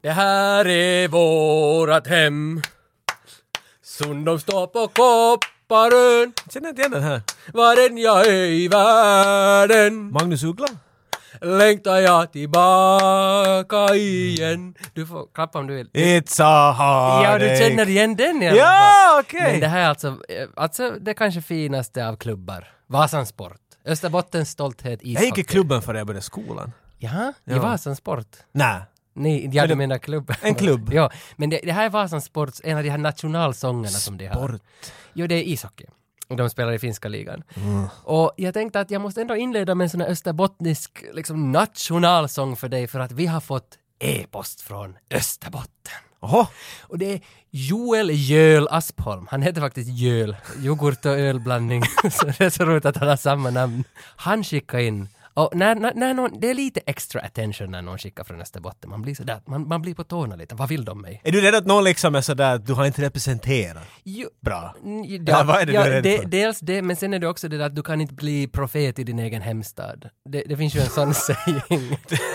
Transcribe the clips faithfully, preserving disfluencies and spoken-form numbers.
Det här är vårat hem. Sundom står på Kopparön. Känner inte igen den här. Var än jag är i världen Magnus Uggla? längtar jag tillbaka igen. Du får klappa om du vill. It's a Ja, du heartache. känner igen den i alla fall. Ja, okej. Men det här är alltså, alltså det kanske finaste av klubbar. Vasan Sport. Österbottens stolthet ishockey. Jag gick i klubben före jag började skolan. Jaha, i Ja. Vasan Sport. Nej. Nej, jag du menar klubb. En klubb. Ja, men det, det här är Vasan Sports, en av de här nationalsångerna som de har. Sport. Jo, det är ishockey. Och de spelar i finska ligan. Mm. Och jag tänkte att jag måste ändå inleda med en sån här österbottnisk liksom, nationalsång för dig för att vi har fått e-post från Österbotten. Oho. Och det är Joel Jöl Aspholm. Han heter faktiskt Jöl. Yoghurt och ölblandning. Så det är så roligt att han har samma namn. Han skickar in. Och när, när, när någon, det är lite extra attention när någon skickar från Österbotten. Man blir sådär, man, man blir på tårna lite. Vad vill de mig? Är du rädd att någon liksom är sådär att du har inte representerat? Jo, Bra. n- Ja, vad är det du är rädd det, för? Dels det, men sen är det också det där att du kan inte bli profet i din egen hemstad. Det, det finns ju en sån saying.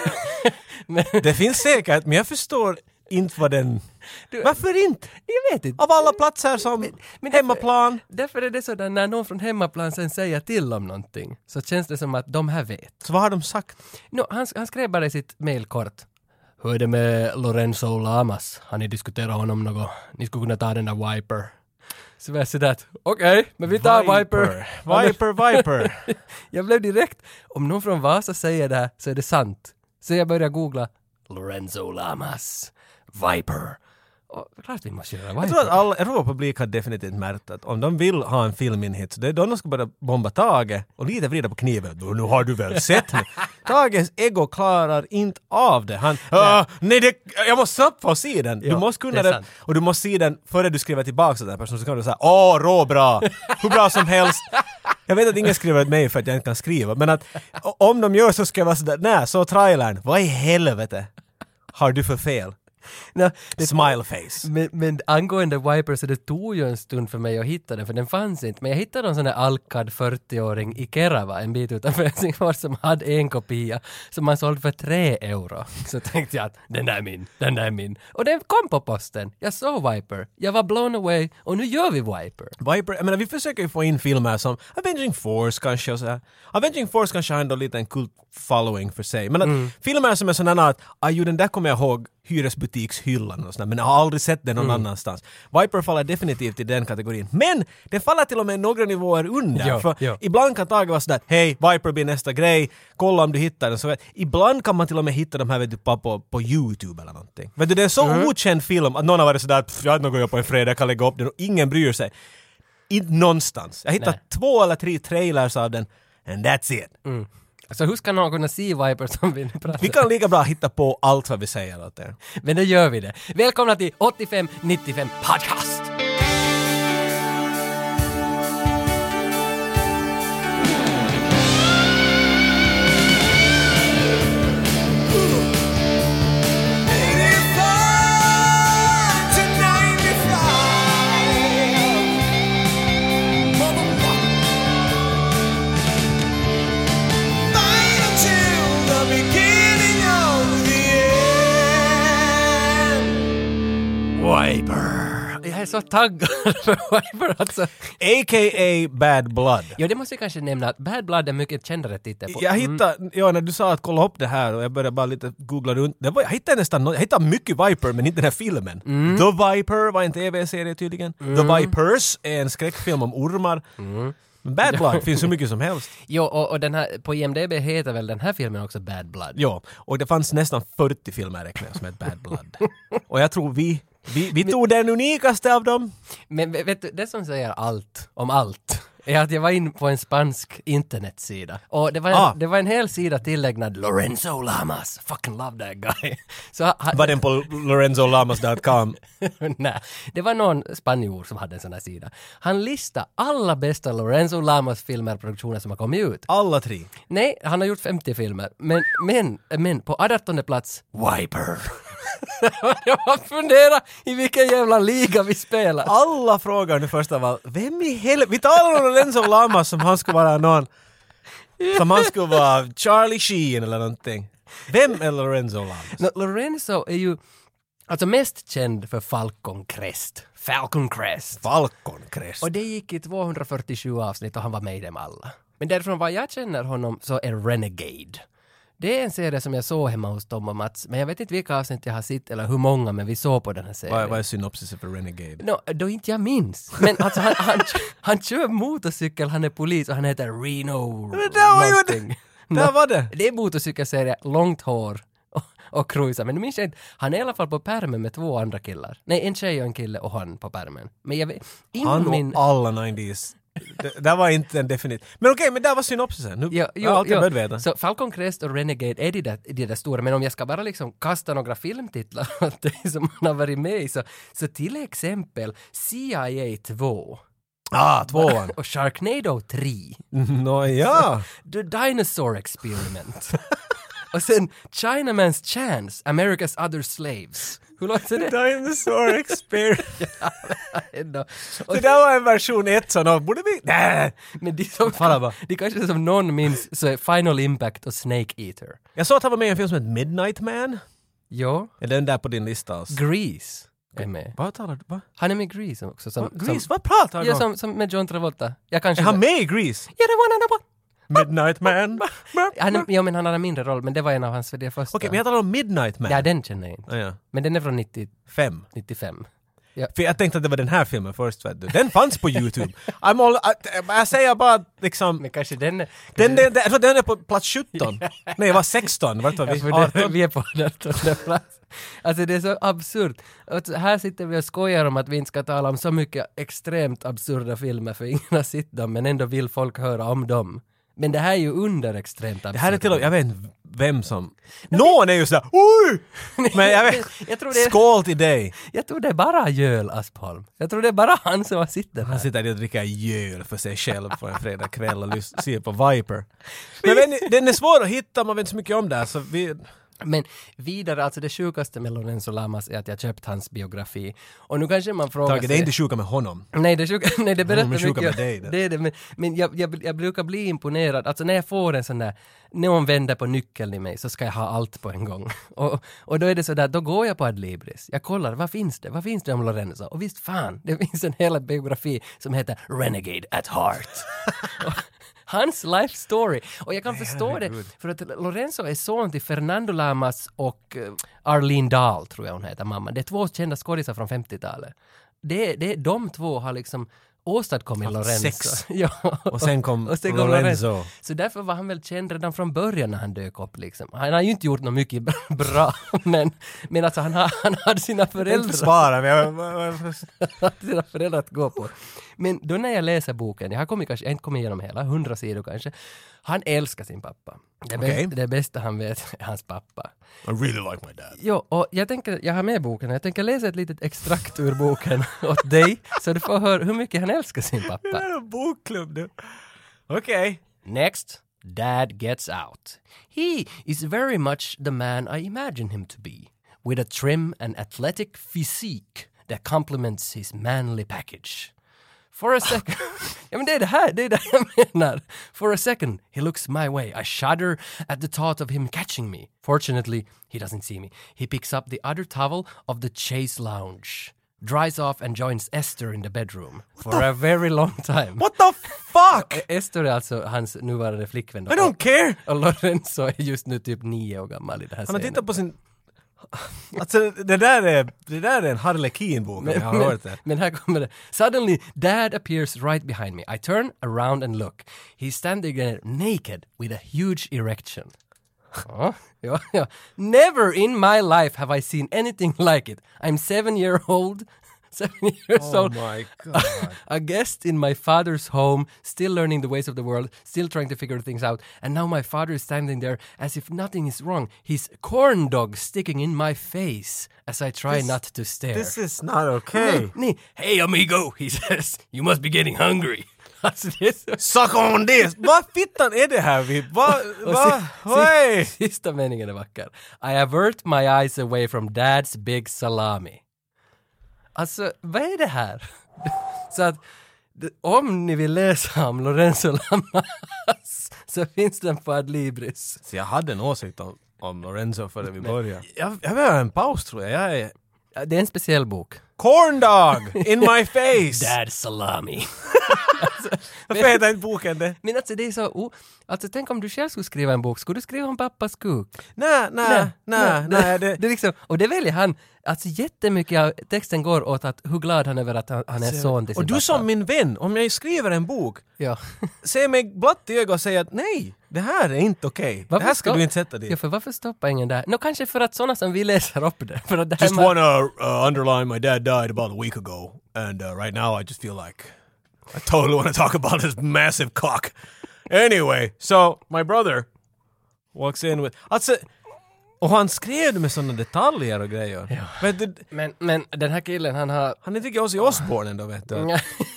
men, Det finns säkert, men jag förstår inte vad den... Du- Varför inte? jag vet inte. Av alla platser som men därför- hemmaplan. Därför är det så där när någon från hemmaplan sen säger till om någonting så känns det som att de här vet. Så vad har de sagt? No, han, han skrev bara i sitt mail kort. Hur är det med Lorenzo Lamas? Har ni diskuterat honom något? Ni skulle kunna ta den där Viper. Så var jag sådär att okej, okay, men vi tar Viper. Viper, Viper. Jag blev direkt, om någon från Vasa säger det här så är det sant. Så jag började googla Lorenzo Lamas, Viper. Och klart vi måste göra Viper. Jag tror att all Europapublik har definitivt märkt att om de vill ha en filminhit så det är då de ska börja bomba Tage och lite vrida på kniven. Nu har du väl sett mig. Tages ego klarar inte av det. Han, nej, nej det, jag måste snabbt få se den. Du Ja, måste kunna det är den. sant. Och du måste se den före du skriver tillbaka till den här personen. Så kan du säga, åh, råbra. Hur bra som helst. Jag vet att ingen skriver åt mig för att jag inte kan skriva. Men att om de gör så ska jag vara sådär, nej, så trailern. Vad i helvete har du för fel? No, det, Smileface. men, men angående Viper så det tog ju en stund för mig att hitta den för den fanns inte. Men jag hittade en sån där alkad fyrtio-åring i Kerava en bit utanför Helsingfors som hade en kopia som man sålde för tre euro. Så tänkte jag att den där är min, den där är min. Och den kom på posten. Jag såg Viper. Jag var blown away och nu gör vi Viper. Viper, jag menar, vi försöker ju få in filmer som Avenging Force kanske och så här. Avenging Force kanske har ändå lite en kult following för sig. Men att Mm. filmer som är sådana att, ah, ju den där kommer jag ihåg hyresbutikshyllan och sådär, men jag har aldrig sett den någon Mm. annanstans. Viper faller definitivt i den kategorin. Men det faller till och med några nivåer under. Ja, för ja. ibland kan Tage vara sådär, hej, Viper blir nästa grej, kolla om du hittar den. Så vet, ibland kan man till och med hitta de här vet du, på, på, på YouTube eller någonting. Vet du, det är en så Mm. okänd film att någon har varit sådär, jag har något jag på en fredag, jag kan lägga upp den och ingen bryr sig. Inte någonstans. Jag hittade Nej. två eller tre trailers av den and that's it. Mm. Så hur ska någon kunna se Viper som vi nu pratar? Vi kan lika bra hitta på allt vad vi säger åt er. Men då gör vi det. Välkomna till åttiofem nittiofem podcast! Viper! Jag är så taggad för Viper alltså. A K A Bad Blood. Ja, det måste jag kanske nämna att Bad Blood är mycket kändare titel på. Jag hittade, ja, när du sa att kolla upp det här och jag började bara lite googla runt. Det var, jag hittade nästan, no- jag hittade mycket Viper men inte den här filmen. Mm. The Viper var en tv-serie tydligen. The Vipers är en skräckfilm om ormar. Mm. Men Bad Blood finns så mycket som helst. Jo, och, och den här, på I M D B heter väl den här filmen också Bad Blood? Ja, och det fanns nästan fyrtio filmer räknar jag som ett Bad Blood. Och jag tror vi, vi, vi tog den unikaste av dem. Men vet vet du, det som säger allt om allt är att jag var in på en spansk internetsida. Och det var en, Ah. det var en hel sida tillägnad Lorenzo Lamas. Fucking love that guy. Så, ha, Var den på lorenzo lamas dot com? Nej, det var någon spanjor som hade en sån här sida. Han listade alla bästa Lorenzo Lamas filmer och produktioner som har kommit ut. Alla tre. Nej, han har gjort femtio filmer. Men, men, men på artonde plats, Viper. Jag har funderat i vilken jävla liga vi spelar. Alla frågar nu först av allt, vem i helvete? Vi talar om Lorenzo Lamas som han skulle vara någon, som han skulle vara Charlie Sheen eller någonting. Vem är Lorenzo Lamas? No, Lorenzo är ju Alltså mest känd för Falcon Crest. Falcon Crest. Falcon Crest. Och det gick i tvåhundrafyrtiosju avsnitt och han var med i dem alla. Men därifrån vad jag känner honom så är Renegade. Det är en serie som jag såg hemma hos Tom och Mats. Men jag vet inte vilka avsnitt jag har sett eller hur många, men vi såg på den här serien. Vad, vad är synopsisen för Renegade? No, då inte jag minns. Men alltså han, han, han kör motorcykel, han är polis och han heter Reno. Men där var ju någonting. det! Där var det! Det är motorcykelserie, långt hår och, och cruisa. Men nu minns jag inte, han är i alla fall på pärmen med två andra killar. Nej, en tjej och en kille och han på pärmen. Men jag vet, han och min... alla nittiotalet. Det, det var inte en definitivt. Men okej, men där var synopsisen. Nu ja, jo, allt jag jo. medveten. Så Falcon Crest och Renegade är de där, de där stora. Men om jag ska bara liksom kasta några filmtitlar åt dig som han har varit med i så, så till exempel C I A två. Ah, tvåan. Och Sharknado tre. Nå ja. The Dinosaur Experiment. Och sen Chinaman's Chance, America's Other Slaves. Hur låter det? Dinosaur Experiment. Ändå. Och det där var en version ett så då borde vi... Nä. Men de, som, de kanske som någon minns så är Final Impact och Snake Eater. Jag såg att han var med i en film som heter Midnight Man. Ja. Är den där på din lista alltså? Grease är med. Vad talar du? Va? Han är med i Grease också. Som, Grease? som, vad pratar du ja, om? som, som med John Travolta. Jag kanske... Är han med i Grease? Ja, det var en annan. Midnight Man. Han, ja, men han hade en mindre roll, men det var en av hans för det första. Okej, men jag talar om Midnight Man. Ja, den känner jag inte. Ah, ja. Men den är från nittio, Fem. nittiofem. Ja. För jag tänkte att det var den här filmen först, vet du. Den fanns på YouTube. I'm all, I, jag säger bara liksom... Men kanske den är... Den, den, den, jag tror den är på plats sjutton. Nej, det var sexton. Vart var vi? Ja, arton. Vi är på den plats. Alltså det är så absurt. Alltså, här sitter vi och skojar om att vi inte ska tala om så mycket extremt absurda filmer för ingen har sett dem, men ändå vill folk höra om dem. Men det här är ju under extremt absurt. Det här är till och jag vet inte vem som... Någon är ju sådär, oj! Men jag vet, jag tror det är, skål till dig. Jag tror det är bara Jöl Aspholm. Jag tror det är bara han som har sitter här. Han sitter där och dricker jöl för sig själv på en fredagkväll och lys- ser på Viper. Men vet, den är svår att hitta, man vet inte så mycket om det här, så vi... Men vidare, alltså det sjukaste med Lorenzo Lamas är att jag köpt hans biografi. Och nu kanske man frågar Tage, sig... det är inte sjuka med honom. Nej, det är sjuka, nej, det berättar de är sjuka mycket. med dig. Det. Det är det, men, men jag, jag, jag brukar bli imponerad. Alltså när jag får en sån där, någon vänder på nyckeln i mig så ska jag ha allt på en gång. Och, och då är det så där, då går jag på Adlibris. Jag kollar, vad finns det? Vad finns det om Lorenzo? Och visst fan, det finns en hel biografi som heter Renegade at Heart. Hans life story. Och jag kan Nej, förstå det, för att Lorenzo är son till Fernando Lamas och uh, Arlene Dahl, tror jag hon heter, mamma. Det är två kända skådisar från femtiotalet. Det, det, de två har liksom åstadkommit Lorenzo. Sex. Ja. Och sen kom, och sen kom Lorenzo. Lorenzo. Så därför var han väl känd redan från början när han dök upp. Liksom. Han har ju inte gjort något mycket bra, men, men alltså han, har, han hade sina föräldrar. Inte svara, men jag... sina föräldrar att gå på. Men då när jag läser boken, jag har kommit kanske, jag har inte kommit igenom hela, hundra sidor kanske. Han älskar sin pappa. Det, okay. bästa, det bästa han vet är hans pappa. I really like my dad. Jo, och jag tänker, jag har med boken, jag tänker läsa ett litet extrakt ur boken åt dig, så du får höra hur mycket han älskar sin pappa. Det är en bokklubb nu. Okej. Okay. Next, Dad gets out. He is very much the man I imagine him to be, with a trim and athletic physique that complements his manly package. For a second, ja men det är det här, det är det jag menar. For a second, he looks my way. I shudder at the thought of him catching me. Fortunately, he doesn't see me. He picks up the other towel of the Chase Lounge, dries off and joins Esther in the bedroom for the a very long time. What the fuck? Esther är alltså hans nuvarande flickvän. I don't care! Och Lorenzo är just nu typ nio år gammal i det här Han har scenen. tittat på sin... Alltså det där är, det där är en Harlequin-bok, men, jag har men, hört det. Men här kommer det. Suddenly, Dad appears right behind me. I turn around and look. He's standing there naked with a huge erection. Ja, ja, ja. Never in my life have I seen anything like it. I'm seven year old. Seven years oh old. Oh my God. A guest in my father's home, still learning the ways of the world, still trying to figure things out. And now my father is standing there as if nothing is wrong. His corn dog sticking in my face as I try this, not to stare. This is not okay. Nej, nej. Hey amigo, he says. You must be getting hungry. Alltså det är så... Suck on this! Vad fittan är det här vi? Va? Va? si, si, sista meningen är vacker. I avert my eyes away from dad's big salami. Alltså, vad är det här? Så att, om ni vill läsa om Lorenzo Lamas så finns den på Adlibris. Så jag hade en åsikt om, om Lorenzo före vi började. Jag, jag vill ha en paus tror jag. Jag är, Det är en speciell bok. Corn dog in my face! Dad salami. Varför heter inte boken det? Men alltså det är så... Oh, alltså tänk om du själv skulle skriva en bok. Skulle du skriva om pappas kuk? Nej, nej, nej, nej. Det det är liksom... Och det väljer han... Alltså jättemycket av texten går åt att hur glad han är över att han, han är son till sin Och du pappa. som min vän, om jag skriver en bok, Ja. se mig blott i ögat och säga att nej, det här är inte okej. Det här ska du inte sätta dit. Ja, för varför stoppar ingen där? Nå, kanske för att sådana som vi läser upp det. För att det här Just man... wanna uh, underline my dad died about a week ago and uh, right now I just feel like I totally want to talk about his massive cock. Anyway, so my brother walks in with... Alltså, och han skrev det med sådana detaljer och grejer. Ja. Vet du, Men, men den här killen, han har... han är inte Ozzy Osbourne ändå, vet du.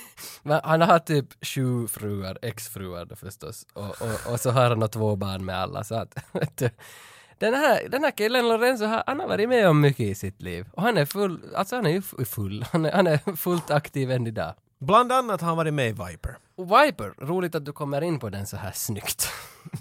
Men han har typ sju fruar, exfruar då förstås. Och, och, och så har han två barn med alla. Så att, vet du, den, här, den här killen Lorenzo, han har varit med om mycket i sitt liv. Och han är full, alltså han är ju full. Han är, han är fullt aktiv än idag. Bland annat har han varit med i Viper. Och Viper, roligt att du kommer in på den så här snyggt.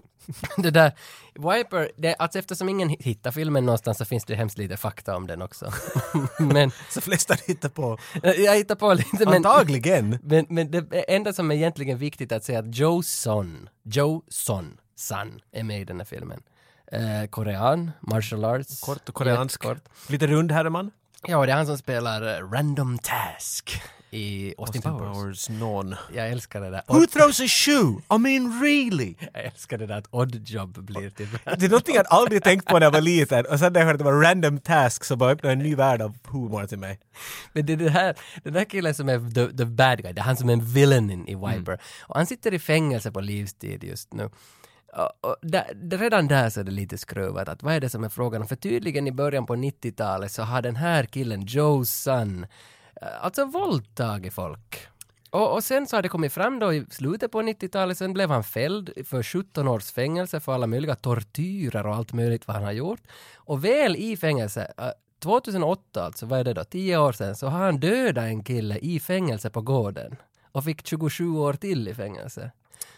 Det där, Viper, det, alltså eftersom ingen hittar filmen någonstans så finns det hemskt lite fakta om den också. Men... Så flesta hittar på. Jag hittar på lite, men... Antagligen. Men, men det enda som är egentligen viktigt att säga att Joe Son, Joe Son, Son är med i den här filmen. Eh, korean, martial arts. Kort och koreansk. Kort. Lite rund herreman. Ja, det är han som spelar uh, Random Task i Austin, Austin Powers. Powers någon. Jag älskar det där. Who throws a shoe? I mean really? Jag älskar det där att odd job blir till. Det är någonting jag aldrig tänkt på när jag var liten. Och sen när jag hörde att det var random task så bara öppnade en ny värld av humor till mig. Men det är det här, den där killen som är the, the bad guy, det är han som är en villain i Viper. Mm. Och han sitter i fängelse på livstid just nu. Och, och där, där, redan där så är det lite skruvat att vad är det som är frågan om? För tydligen i början på nittiotalet så har den här killen, Joe Son, alltså våldtagit folk. Och, och sen så har det kommit fram då i slutet på nittiotalet, sen blev han fälld för sjutton års fängelse för alla möjliga tortyrer och allt möjligt vad han har gjort. Och väl i fängelse, tjugohundraåtta alltså, vad är det då, tio år sedan, så har han dödat en kille i fängelse på gården. Och fick tjugosju år till i fängelse.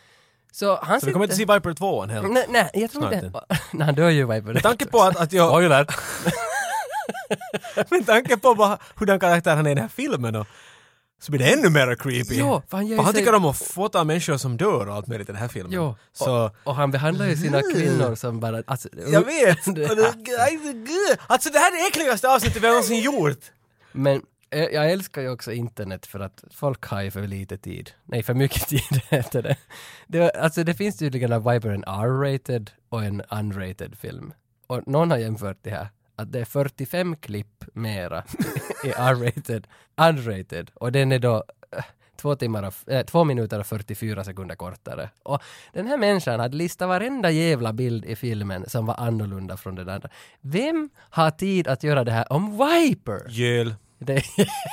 Så, han så vi kommer inte se Viper två helt. Nej, nej, jag tror inte. Nej, han dör ju Viper. Med tanke på att, att jag... Oj, där. Med tanke på vad, hur den karaktär han är i den här filmen då, så blir det ännu mer creepy. Jo, för han, gör för han sig... tycker om att fota människor som dör och allt möjligt i den här filmen. Jo, så... och, och han behandlar ju sina kvinnor som bara... Alltså, jag vet! Alltså det här är det äckligaste avsnittet vi har någonsin gjort. Men jag älskar ju också internet för att folk har ju för lite tid. Nej, för mycket tid heter det. det alltså det finns tydligen av Viper en R-rated och en unrated film. Och någon har jämfört det här. Att det är fyrtiofem klipp mera i R-rated, unrated. Och den är då äh, två, timmar och, äh, två minuter och fyrtiofyra sekunder kortare. Och den här människan hade listat varenda jävla bild i filmen som var annorlunda från den andra. Vem har tid att göra det här om Viper? Jöl. Det,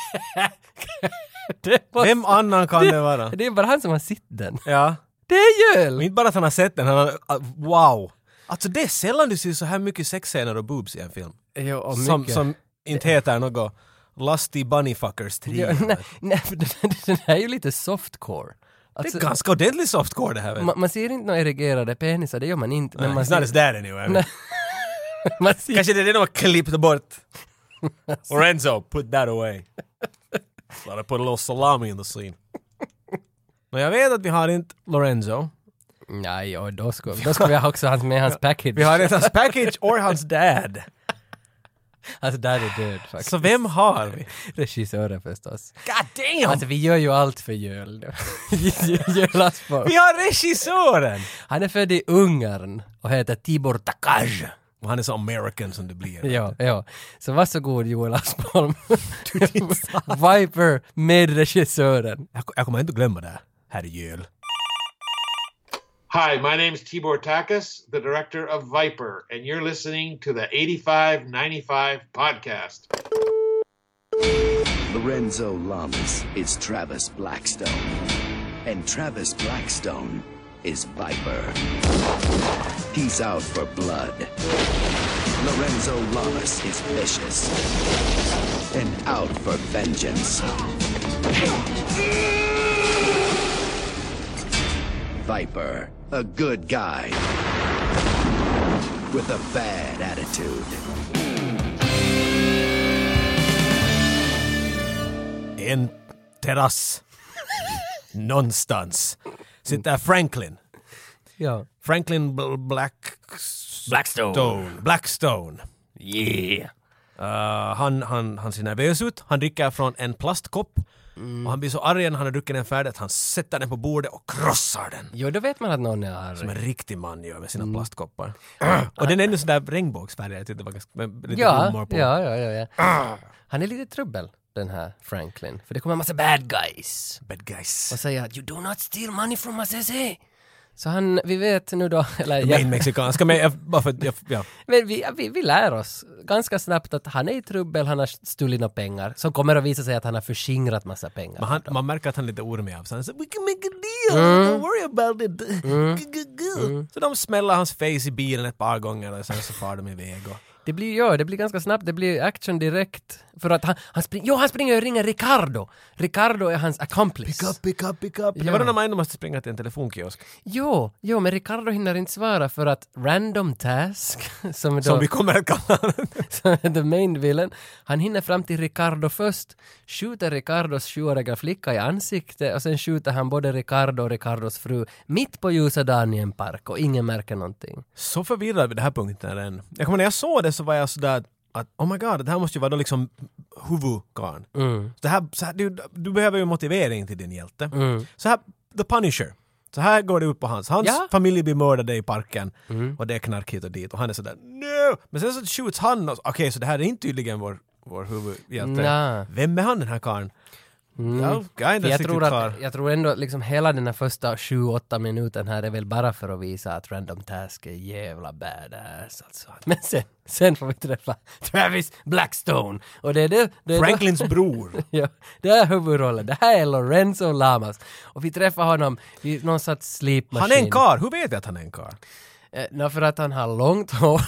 det var, Vem annan kan det, det vara? Det är bara han som har sett den. Ja. Det är Jöl! Och inte bara att han har sett den, han har, wow! Alltså det är sällan du ser så här mycket sexscener och boobs i en film. Jo, och som, mycket. som inte heter något Lusty Bunnyfuckers tre. Ja, nej, nej, för den, den här är ju lite softcore. Alltså, det är ganska ordentligt softcore det här. Vet. Man, man ser inte några erigerade penisar, det gör man inte. Men Nej, man it's not ser, as that anyway. man ser, Kanske det är det de har klippt bort. Lorenzo, put that away. Let I put a little salami in the scene. Men jag vet att vi har inte Lorenzo. Nej, och då ska, då ska vi ha också hans, med hans package. Vi har inte hans package or hans dad. Alltså där är död faktiskt. Så vem har vi? Regissören förstås. God damn! Alltså vi gör ju allt för Jöl då. Jöl Asborg. Vi har regissören! Han är född i Ungern och heter Tibor Takaj. Och han är så American som det blir. Ja, ja. Så varsågod Joel Asborg. Viper med regissören. Jag, jag kommer inte att glömma det. Här är Jöl. Hi, my name is Tibor Takas, the director of Viper, and you're listening to the eighty-five ninety-five podcast. Lorenzo Lamas is Travis Blackstone, and Travis Blackstone is Viper. He's out for blood. Lorenzo Lamas is vicious and out for vengeance. Viper, a good guy with a bad attitude. en terrass någonstans sitter Franklin. Ja. Franklin Bl- Black... Blackstone. Stone. Blackstone. Yeah. Uh, han, han, han ser nervös ut. Han dricker från en plastkopp. Mm. Och han blir så arg när han har druckit den färdigt att han sätter den på bordet och krossar den. Jo, då vet man att någon är arg. Som en riktig man gör med sina Mm. plastkoppar. Och den är ändå sådär regnbågsfärg. Jag tyckte det var ganska, med lite Ja, humor på. ja, ja, ja, ja. Han är lite trubbel, den här Franklin. För det kommer en massa bad guys. Bad guys. Och säger att you do not steal money from us, S A. Så han, vi vet nu då, eller De är in mexikanska, men jag, bara för att jag, ja. men vi, vi, vi lär oss ganska snabbt att han är i trubbel, han har stulit några pengar. Som kommer att visa sig att han har förskingrat massa pengar. Men han, man märker att han är lite ormig av sig. Han säger, we can make a deal, don't worry about it. Mm. Så de smäller hans face i bilen ett par gånger och sen så far de iväg. Och... Det blir, ja, det blir ganska snabbt, det blir action direkt. För att han, han, spring, jo, han springer och ringer Ricardo. Ricardo är hans accomplice. Pick up, pick up, pick up. Ja. Det var då när man ändå måste springa till en telefonkiosk. Jo, jo, men Ricardo hinner inte svara för att random task, som, då, Som vi kommer att kalla den. som är the main villain, han hinner fram till Ricardo först, skjuter Ricardos sjuåriga flicka i ansiktet och sen skjuter han både Ricardo och Ricardos fru mitt på ljusa dagen i en park och ingen märker någonting. Så förvirrad vid det här punkten än. Jag kommer när jag såg det så var jag sådär att oh my god, det här måste ju vara då liksom huvudgarn. Mm. Så det här, så här, du, du behöver ju motivering till din hjälte. Mm. Så här, The Punisher. Så här går det ut på hans. Hans Ja. familj blir mördade i parken Mm. och det är knark hit och dit och han är sådär no! Men sen så skjuts han och okej, okay, så det här är inte tydligen vår, vår huvudhjälte. Nja. Vem är han den här karln? Mm. Ja, kinda jag, tror klar. att, jag tror ändå liksom hela den här första sju åtta minuten här är väl bara för att visa att Random Task är jävla badass alltså. Men sen, sen får vi träffa Travis Blackstone och det är det, det är Franklins bror. ja, det är huvudrollen. Det här är Lorenzo Lamas och vi träffar honom i någon sorts slipmaskin. Han är en karl. Hur vet jag att han är en karl? Eh, no, för att han har långt hår.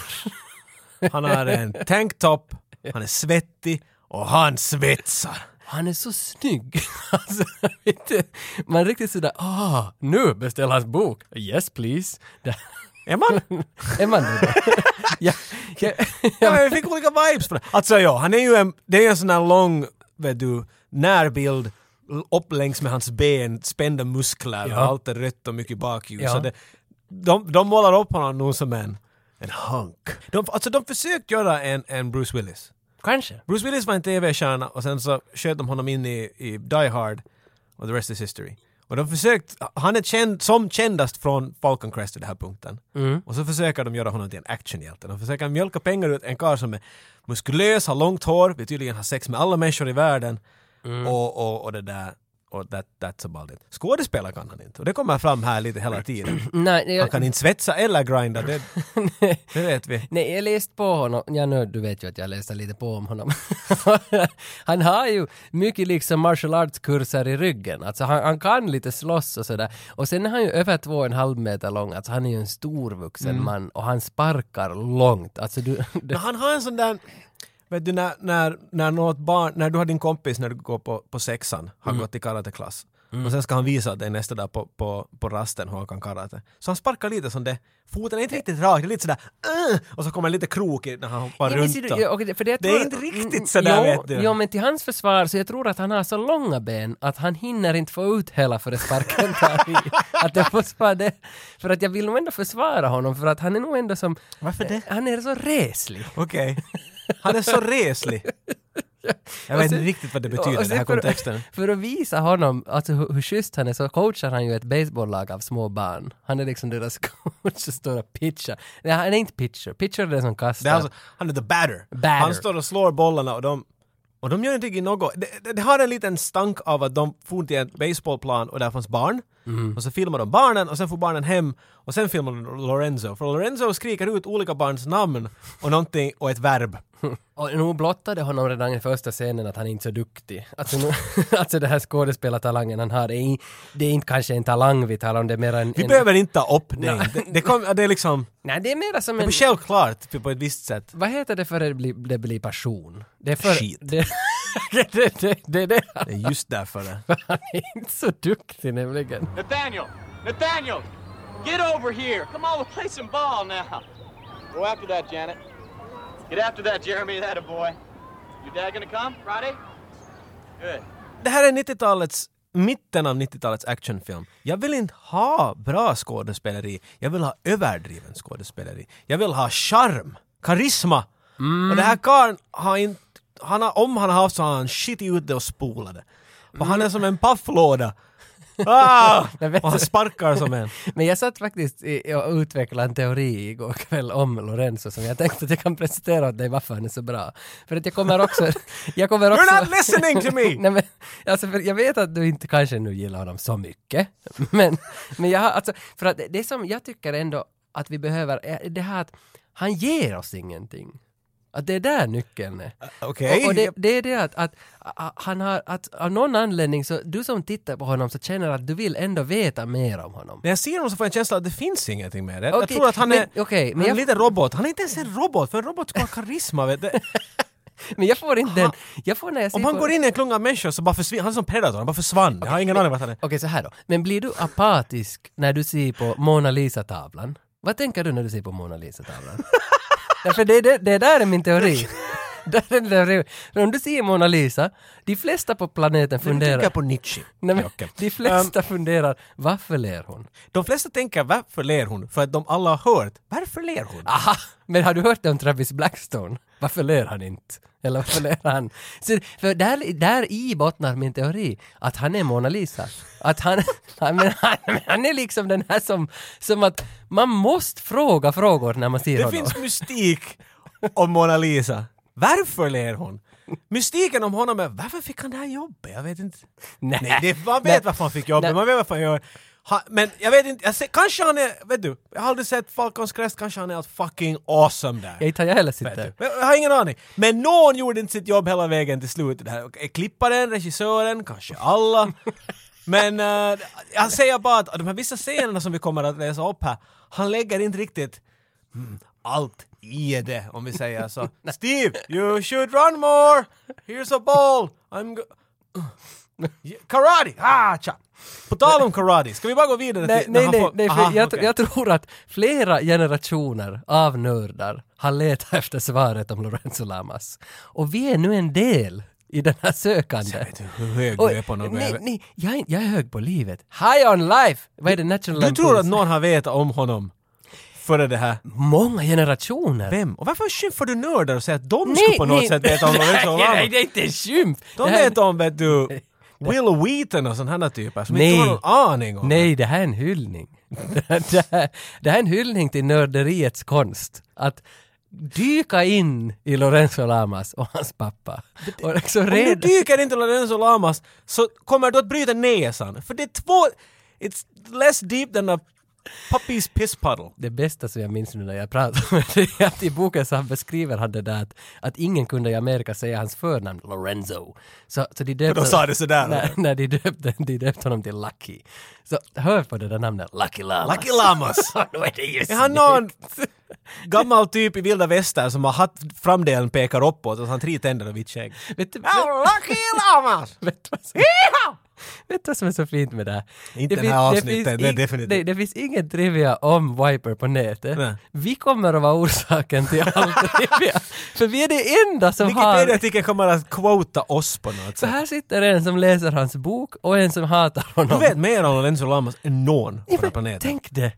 Han har en tanktop, han är svettig och han svetsar. Han är så snygg. Alltså, vet du, man är riktigt sådär, ah, nu beställer hans bok. Yes, please. Det, Är man? är man det då? ja, ja, Ja, men jag fick olika vibes på det. Alltså ja, han är ju en, det är ju en sån här lång, vet du, närbild upp längs med hans ben, spända muskler Ja. och allt är rött och mycket bakljus. Ja. Så det, de, de målar upp honom nog som en, en hunk. De, alltså de försökte göra en, en Bruce Willis. kanske. Bruce Willis var en tv-stjärna och sen så sköt de honom in i, i Die Hard och the rest is history. Och de försökt, han är känd, som kändast från Falcon Crest i den här punkten. Mm. Och så försöker de göra honom till en actionhjälte. De försöker mjölka pengar ut en karl som är muskulös, har långt hår, vill tydligen ha sex med alla människor i världen. Mm. Och, och, och det där, och that, that's about it. Skådespela kan han inte. Och det kommer fram här lite hela tiden. Nej, jag, Han kan inte svetsa eller grinda, det, det vet vi. nej, jag läste på honom. Ja, nu, du vet ju att jag läste lite på om honom. Han har ju mycket liksom martial arts-kurser i ryggen. Alltså han, han kan lite slåss och sådär. Och sen är han ju över två och en halv meter lång. Alltså han är ju en stor vuxen Mm. man. Och han sparkar långt. Alltså du... Men han har en sån där, vet du när, när, när något barn, när du har din kompis när du går på, på sexan, har gått i karateklass. Och sen ska han visa dig nästa dag på, på, på rasten hur han kan karate. Så han sparkar lite som det, foten är inte riktigt rak, det är lite sådär uh, och så kommer en lite krokig när han hoppar Ja, men runt. ser du, och- ja, okej, för det, jag Det är tror- inte riktigt Mm, sådär, jo, vet du. Jo, men till hans försvar så jag tror att han har så långa ben att han hinner inte få ut hela för det sparken tar i. Att det måste vara det. För att jag vill nog ändå försvara honom för att han är nog ändå som... Varför det? Han är så reslig. Okej. Han är så reslig. Jag Och vet sen- inte riktigt vad det och betyder, sen den här för- kontexten. För att visa honom alltså, hur, hur schysst han är så coachar han ju ett baseballlag av små barn. Han är liksom deras coach och står och pitchar. Nej, han är inte pitcher. Pitcher är det som kastar. Det är alltså, han är the batter. Batter. Han står och slår bollarna och de, och de gör inte riktigt något. Det, det, det har en liten stank av att de får till en baseballplan och där fanns barn. Mm. Och så filmar de barnen och sen får barnen hem och sen filmar de Lorenzo. För Lorenzo skriker ut olika barns namn och någonting och ett verb. Och nu blottade honom redan i första scenen att han är inte är så duktig. Alltså, nu, alltså det här skådespelartalangen han har, det är, det är inte kanske en talang vi talar om, det är mer en... Vi en behöver inte ta upp det. Det, det, kom, det är liksom, nej, det är mer som det en... blir självklart på ett visst sätt. Vad heter det för att det blir, det blir passion? Det är för... Skit. Det, det, det, det, det är det. Det är just därför det. Han är inte så duktig nämligen. Nathaniel! Nathaniel! Get over here! Come on, we'll play some ball now. Go after that, Janet. Get after that, Jeremy. That a boy. Your dad gonna come Friday? Good. det här är nittiotalets, mitten av nittiotalets actionfilm. Jag vill inte ha bra skådespeleri. Jag vill ha överdriven skådespeleri. Jag vill ha charm, karisma. Mm. Och det här karln har inte, han har, om han har haft så har han shit ute och spolade. Och han är som en pafflåda. Ah! Och han sparkar som en. Men jag satt faktiskt i, och utvecklade en teori igår kväll om Lorenzo som jag tänkte att jag kan presentera åt dig varför han är så bra. För att jag kommer också... Jag kommer också You're not listening to me! Nej, men, alltså, för jag vet att du inte kanske nu gillar honom så mycket. Men, men jag har, alltså, för att det som jag tycker ändå att vi behöver är det här att han ger oss ingenting. Att det är där nyckeln är. Okej. Okay. Och, och det, det är det att, att, att han har, att av någon anledning så du som tittar på honom så känner att du vill ändå veta mer om honom. När jag ser honom så får jag en känsla att det finns ingenting med det. Okay, jag tror att han men, är, okay, han men är jag... lite robot. Han är inte ens en robot, för en robot ska ha karisma, vet du. Men jag får inte den... Jag får när jag ser Om han på... går in i en klunga av människor så bara försvinner han. Som predator, han bara försvann. Okay, jag har ingen men, aning vad han är. Okej, okay, så här då. Men blir du apatisk när du ser på Mona Lisa-tavlan? Vad tänker du när du ser på Mona Lisa-tavlan? Ja, för det, det, det där är min teori. Där är min teori. För om du ser Mona Lisa, de flesta på planeten funderar... Du tänker på Nietzsche. Nej, men, okay. De flesta um, funderar, varför ler hon? De flesta tänker, varför ler hon? För att de alla har hört, varför ler hon? Aha, men har du hört om Travis Blackstone? Varför ler han inte? Eller varför ler han? Så, för där, där i bottnar min teori att han är Mona Lisa. Att han, han, men han, han är liksom den här som, som att man måste fråga frågor när man ser det honom. Det finns mystik om Mona Lisa. Varför ler hon? Mystiken om honom är, varför fick han det här jobbet? Jag vet inte. Nej, Nej det, man vet varför han fick jobbet, man vet varför han gör. Ha, men jag vet inte, jag ser, kanske han är, vet du, jag har aldrig sett Falcons Crest, kanske han är allt fucking awesome där. Jag inte har jag heller sett det. Jag har ingen aning. Men någon gjorde inte sitt jobb hela vägen till slutet. Det här. Klipparen, regissören, kanske alla. Men uh, jag säger bara att de här vissa scenerna som vi kommer att läsa upp här, han lägger inte riktigt hmm, allt i det, om vi säger så. Steve, you should run more. Here's a ball. I'm go- uh. Karate! Ah, cha. På tal om karate, ska vi bara gå vidare nej, till... Nej, nej, får... nej, för Aha, jag, okay. jag tror att flera generationer av nördar har letat efter svaret om Lorenzo Lamas. Och vi är nu en del i den här sökande. Jag vet inte hur hög och, du är på något. Nej, nej, jag är, jag är hög på livet. High on life! Vad är det? National Du Lampoon's? tror att någon har vetat om honom före det här? Många generationer. Vem? Och varför skymfar du nördar och säger att de nej, skulle på något nej, sätt veta om Lorenzo Lamas? Nej, det är inte en skymf! De det här... vet om, vet du, Will Wheaton och sådana här typer som nej, inte har någon aning om. Nej, det här är en hyllning. det, här, det här är en hyllning till nörderiets konst. Att dyka in i Lorenzo Lamas och hans pappa. Och liksom om red... du dyker inte i Lorenzo Lamas så kommer du att bryta näsan. För det är två... It's less deep than a puppy's piss puddle. Det bästa som jag minns nu när jag pratar med det är att i boken så han beskriver han det där att, att ingen kunde i Amerika säga hans förnamn Lorenzo. Så, så de döpte... För då sa det sådär. När, när de döpte, de döpte honom till Lucky. Så hör på det där namnet, Lucky Lamas. Lucky Lamas! Nu är det just jag har någon gammal typ i vilda väster som har hatt framdelen pekar uppåt och så har han tre tänder och vitt skägg. Vet du, Oh, Lucky Lamas! vet du vad som... Vet du vad som är så fint med det här? Inte det den här finns, avsnittet, det, det är finns definitivt. nej, det finns ingen trivia om Viper på nätet. Nej. Vi kommer att vara orsaken till all trivia. För vi är det enda som har... Wikipedia-artikeln kommer att quota oss på något Så sätt. här sitter en som läser hans bok och en som hatar honom. Du vet mer om Lorenzo Lamas än någon på Ja, den här planeten. tänk det.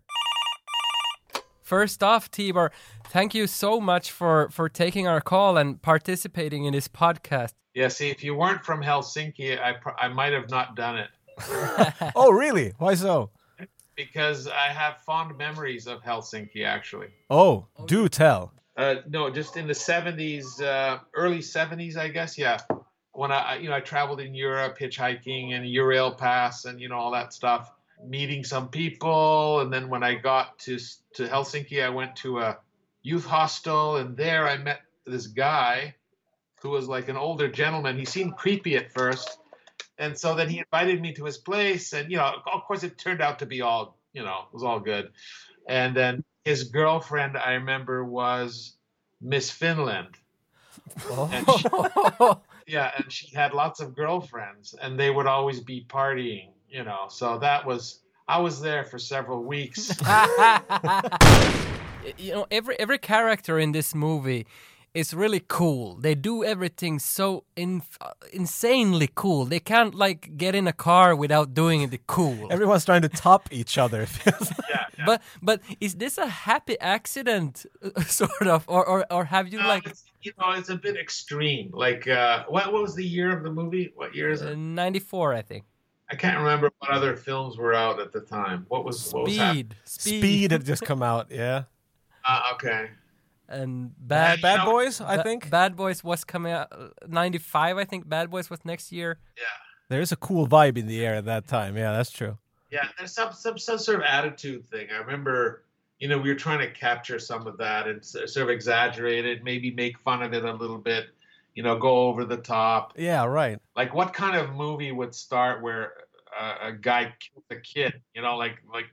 First off, Tibor, thank you so much for, for taking our call and participating in this podcast. Yeah, see, if you weren't from Helsinki, I pr- I might have not done it Oh, really? Why so? because I have fond memories of Helsinki, actually. Oh, do tell. Uh, no, just in the seventies, uh, early seventies, I guess. Yeah, when I, you know, I traveled in Europe, hitchhiking and Eurail Pass, and you know all that stuff. Meeting some people, and then when I got to to Helsinki, I went to a youth hostel, and there I met this guy who was like an older gentleman. He seemed creepy at first, and so then he invited me to his place, and you know, of course, it turned out to be all, you know, it was all good. And then his girlfriend, I remember, was Miss Finland. And she, yeah, and she had lots of girlfriends, and they would always be partying, you know. So that was, I was there for several weeks. You know, every every character in this movie is really cool. They do everything so inf- insanely cool. They can't like get in a car without doing it cool. Everyone's trying to top each other. It feels like. Yeah, yeah. But but is this a happy accident, uh, sort of, or or, or have you No, like it's, you know, it's a bit extreme. Like, uh, what what was the year of the movie? What year is uh, it? ninety-four, I think. I can't remember what other films were out at the time. What was what was happening? Speed, Speed had just come out, yeah. Uh, okay. and Bad Bad know, Boys, I Ba- think. Bad Boys was coming out uh, ninety-five. I think Bad Boys was next year. Yeah. There is a cool vibe in the air at that time. Yeah, that's true. Yeah, there's some, some some sort of attitude thing. I remember, you know, we were trying to capture some of that and s- sort of exaggerate it, maybe make fun of it a little bit, you know, go over the top. Yeah, right. Like, what kind of movie would start where uh, a guy kills a kid? You know, like like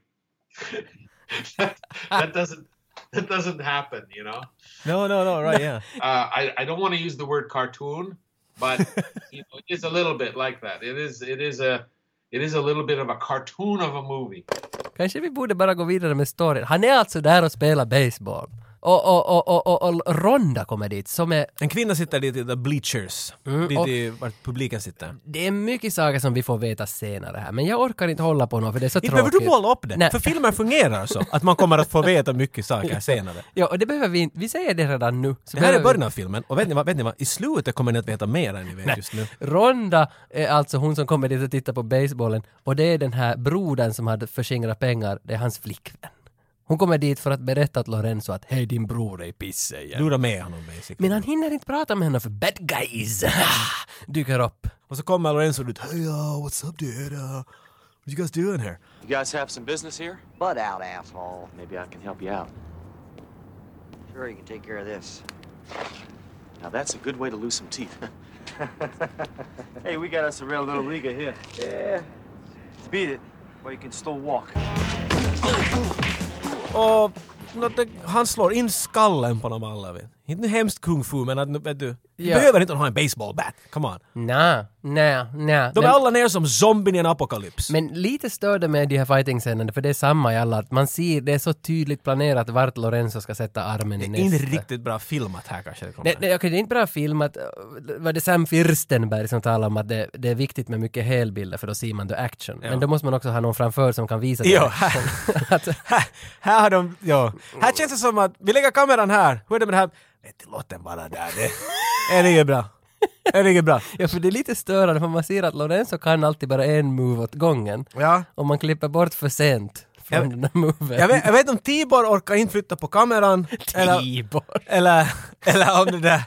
that, that doesn't that doesn't happen. You know, No, no, no, right, yeah. uh, I I don't want to use the word cartoon, but you know, it is a little bit like that. It is it is a it is a little bit of a cartoon of a movie. Kanske vi borde bara gå vidare med storyn. Han är alltså där och spelar baseball. Och, och, och, och, och, och Ronda kommer dit som är... En kvinna sitter dit i the bleachers. Mm, dit och- i vart publiken sitter. Det är mycket saker som vi får veta senare här. Men jag orkar inte hålla på något för det är så Inte behöver tråkigt. du måla upp det. Nej. För filmen fungerar så. Att man kommer att få veta mycket saker senare. Ja, och det behöver vi inte. Vi säger det redan nu. Så Det här är behöver början av filmen. Och vet ni vad? Vet ni vad? I slutet kommer ni att veta mer än ni vet just nu. vi... Ronda är alltså hon som kommer dit och tittar på basebollen. Och det är den här brodern som hade förskingrat pengar. Det är hans flickvän. Hon kommer dit för att berätta till Lorenzo att hej, din bror är i pisse igen. Lura med honom basically. Men han hinner inte prata med henne för bad guys dyker upp. Och så kommer Lorenzo ut. Hey, uh, what's up dude? Uh, what you guys doing here? You guys have some business here? Butt out, asshole. Maybe I can help you out. Sure, you can take care of this. Now that's a good way to lose some teeth. Hey, we got us a real little leaguer here. Yeah. Beat it, or you can still walk. Och no, det, han slår in skallen på dem alla. Vet. Inte hemskt kung fu, men att, vet du, du Ja. behöver inte ha en baseballbat. Come on. Nej, nej, nej. De är Men- alla ner som zombien i en apokalyps. Men lite störde med de här fighting-scenerna, för det är samma i alla. Att man ser, det är så tydligt planerat vart Lorenzo ska sätta armen i Det är inte nästa. riktigt bra filmat här kanske. Det kommer. Det, det, okej, det är inte bra filmat. Var det Sam Firstenberg som talade om att det, det är viktigt med mycket helbilder för då ser man the action. Ja. Men då måste man också ha någon framför som kan visa Jo, the här, action. Att- här, här har de, ja. Här känns det som att vi lägger kameran här. Hur är det med det här? Vet du, låt den vara där. Det är inget bra. Det är inget bra. Ja, för det är lite störande för man ser att Lorenzo kan alltid bara en move åt gången. Ja. Om man klipper bort för sent från Jag- den där moven. Jag vet, jag vet om Tibor orkar inte flytta på kameran. Eller, Tibor. eller, eller om det där...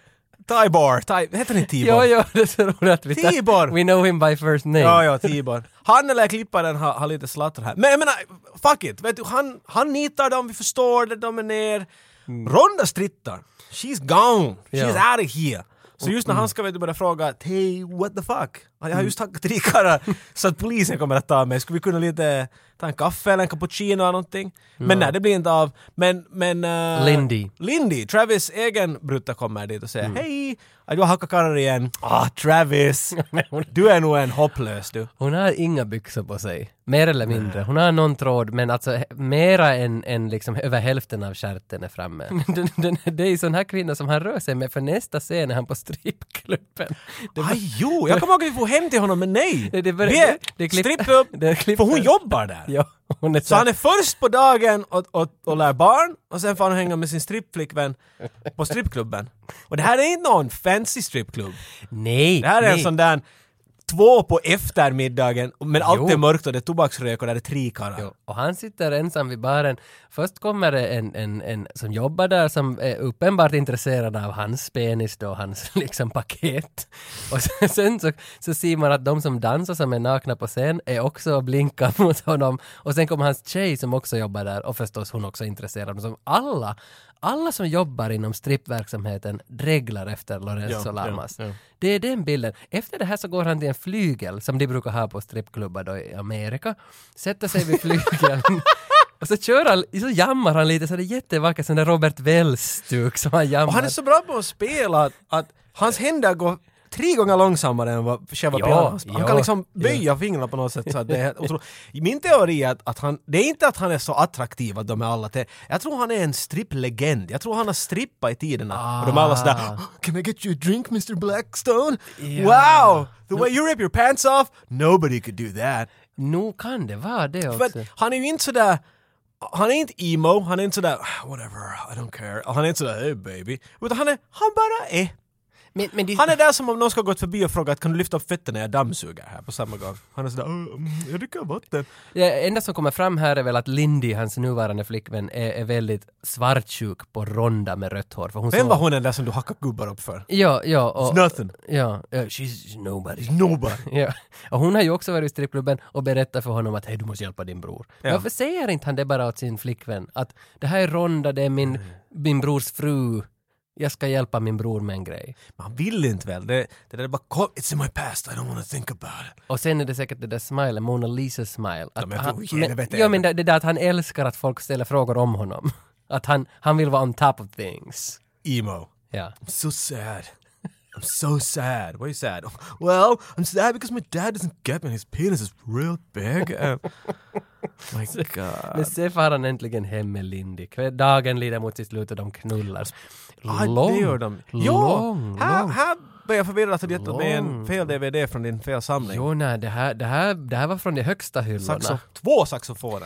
Tibor. Ti, heter ni Tibor? Jo, jo, det är så roligt att vi tar- Tibor! We know him by first name. Ja, ja, Tibor. Han eller klipparen har, har lite slatter här. Men jag menar, fuck it. Vet du, han, han nitar dem, vi förstår det, de är ner. Ronda strittar. She's gone. She's Ja. out of here. Så just när han ska vet du, börja fråga att hey, what the fuck? Jag har just tagit tre karlar så att polisen kommer att ta mig. Skulle vi kunna lite ta en kaffe eller en cappuccino eller någonting? Men nej, det blir inte av. Men, men... Uh, Lindy. Lindy, Travis egen brutta kommer dit och säger hej, du har hackat karlar igen. Ah, Travis, du är nog en hopplös du. Hon har inga byxor på sig. Mer eller mindre. Hon har någon tråd, men alltså he- mera än, än liksom över hälften av stjärten är framme. den, den, det är sån här kvinna som han rör sig med, för nästa scen är han på strippklubben. Det var- Aj jo, jag kommer ihåg att vi får hem till honom, men nej. Det- det börjar- vi är det- det klipp- strippa upp, det klipp- för hon jobbar där. Ja, hon är Så han är först på dagen och, och, och lär barn och sen får han hänga med sin strippflickvän på strippklubben. Och det här är inte någon fancy strippklubb. Nej, Det här är nej. en sån där två på eftermiddagen, men allt Jo. är mörkt och det är tobaksrök och där är tre karlar. Jo, och han sitter ensam vid baren. Först kommer det en, en, en som jobbar där som är uppenbart intresserad av hans penis då, hans liksom paket. Och sen, sen så, så ser man att de som dansar som är nakna på scen är också och blinkar mot honom. Och sen kommer hans tjej som också jobbar där och förstås hon också är intresserad. Som alla, alla som jobbar inom strippverksamheten dreglar efter Lorenzo Ja, Lamas. ja, ja. Det är den bilden. Efter det här så går han till en flygel som de brukar ha på strippklubbar då i Amerika. Sätter sig vid flygeln. Och så kör han, så jammar han lite så det är jättevackert sån där Robert Wells-stuk som han jammar. Och han är så bra på att spela att, att hans händer går tre gånger långsammare än vad själva Ja, pianot. Han ja, kan liksom böja ja. fingrarna på något sätt så att det är otroligt. Min teori är att, att han, det är inte att han är så attraktiv att de är alla till. Jag tror han är en stripplegend. Jag tror han har strippat i tiderna. Ah. Och de är alla sådär, oh, can I get you a drink mister Blackstone? Ja. Wow! The way you rip your pants off? Nobody could do that. Nu kan det vara det också. För att han är ju inte sådär, han är inte emo, han är inte sådär, whatever, I don't care. Han är inte sådär, hey baby. Utan han är, han bara är. Men, men det, Han är där som om någon ska ha gått förbi och frågat, kan du lyfta upp fötterna när jag dammsuger här på samma gång? Han är sådär, mm, jag dricker vatten. det enda som kommer fram här är väl att Lindy, hans nuvarande flickvän, är, är väldigt svartsjuk på ronda med rött hår. För hon Vem såg- var hon den där som du hackade gubbar upp för? Ja, ja. Och, It's nothing. Ja, ja, she's nobody. Nobody. Ja. Och hon har ju också varit i strippklubben och berättat för honom att hej, du måste hjälpa din bror. Ja. Varför säger inte han det bara åt sin flickvän? Att det här är Ronda, det är min, min brors fru. Jag ska hjälpa min bror med en grej. Man vill inte väl. Det, det där är bara, it's in my past, I don't want to think about it. Och sen är det säkert det där smile, Mona Lisa smile. Att men han, för helvete. ja, men det, det där att han älskar att folk ställer frågor om honom. Att han, han vill vara on top of things. Emo. Ja. I'm so sad. I'm so sad. Why are you sad? Well, I'm sad because my dad doesn't get me and his penis is real big. Uh, my God. Men så far han äntligen hem med Lindy. Kväll- Dagen lider mot sitt slut och de knullar. Ah, Lång, det gör de. lång, Ja, här, lång. här börjar jag förvirra att du gett med en Lång. fel D V D från din fel samling. Jo, nej, det här, det, här, det här var från de högsta hyllorna. Saxo, två saxofoner.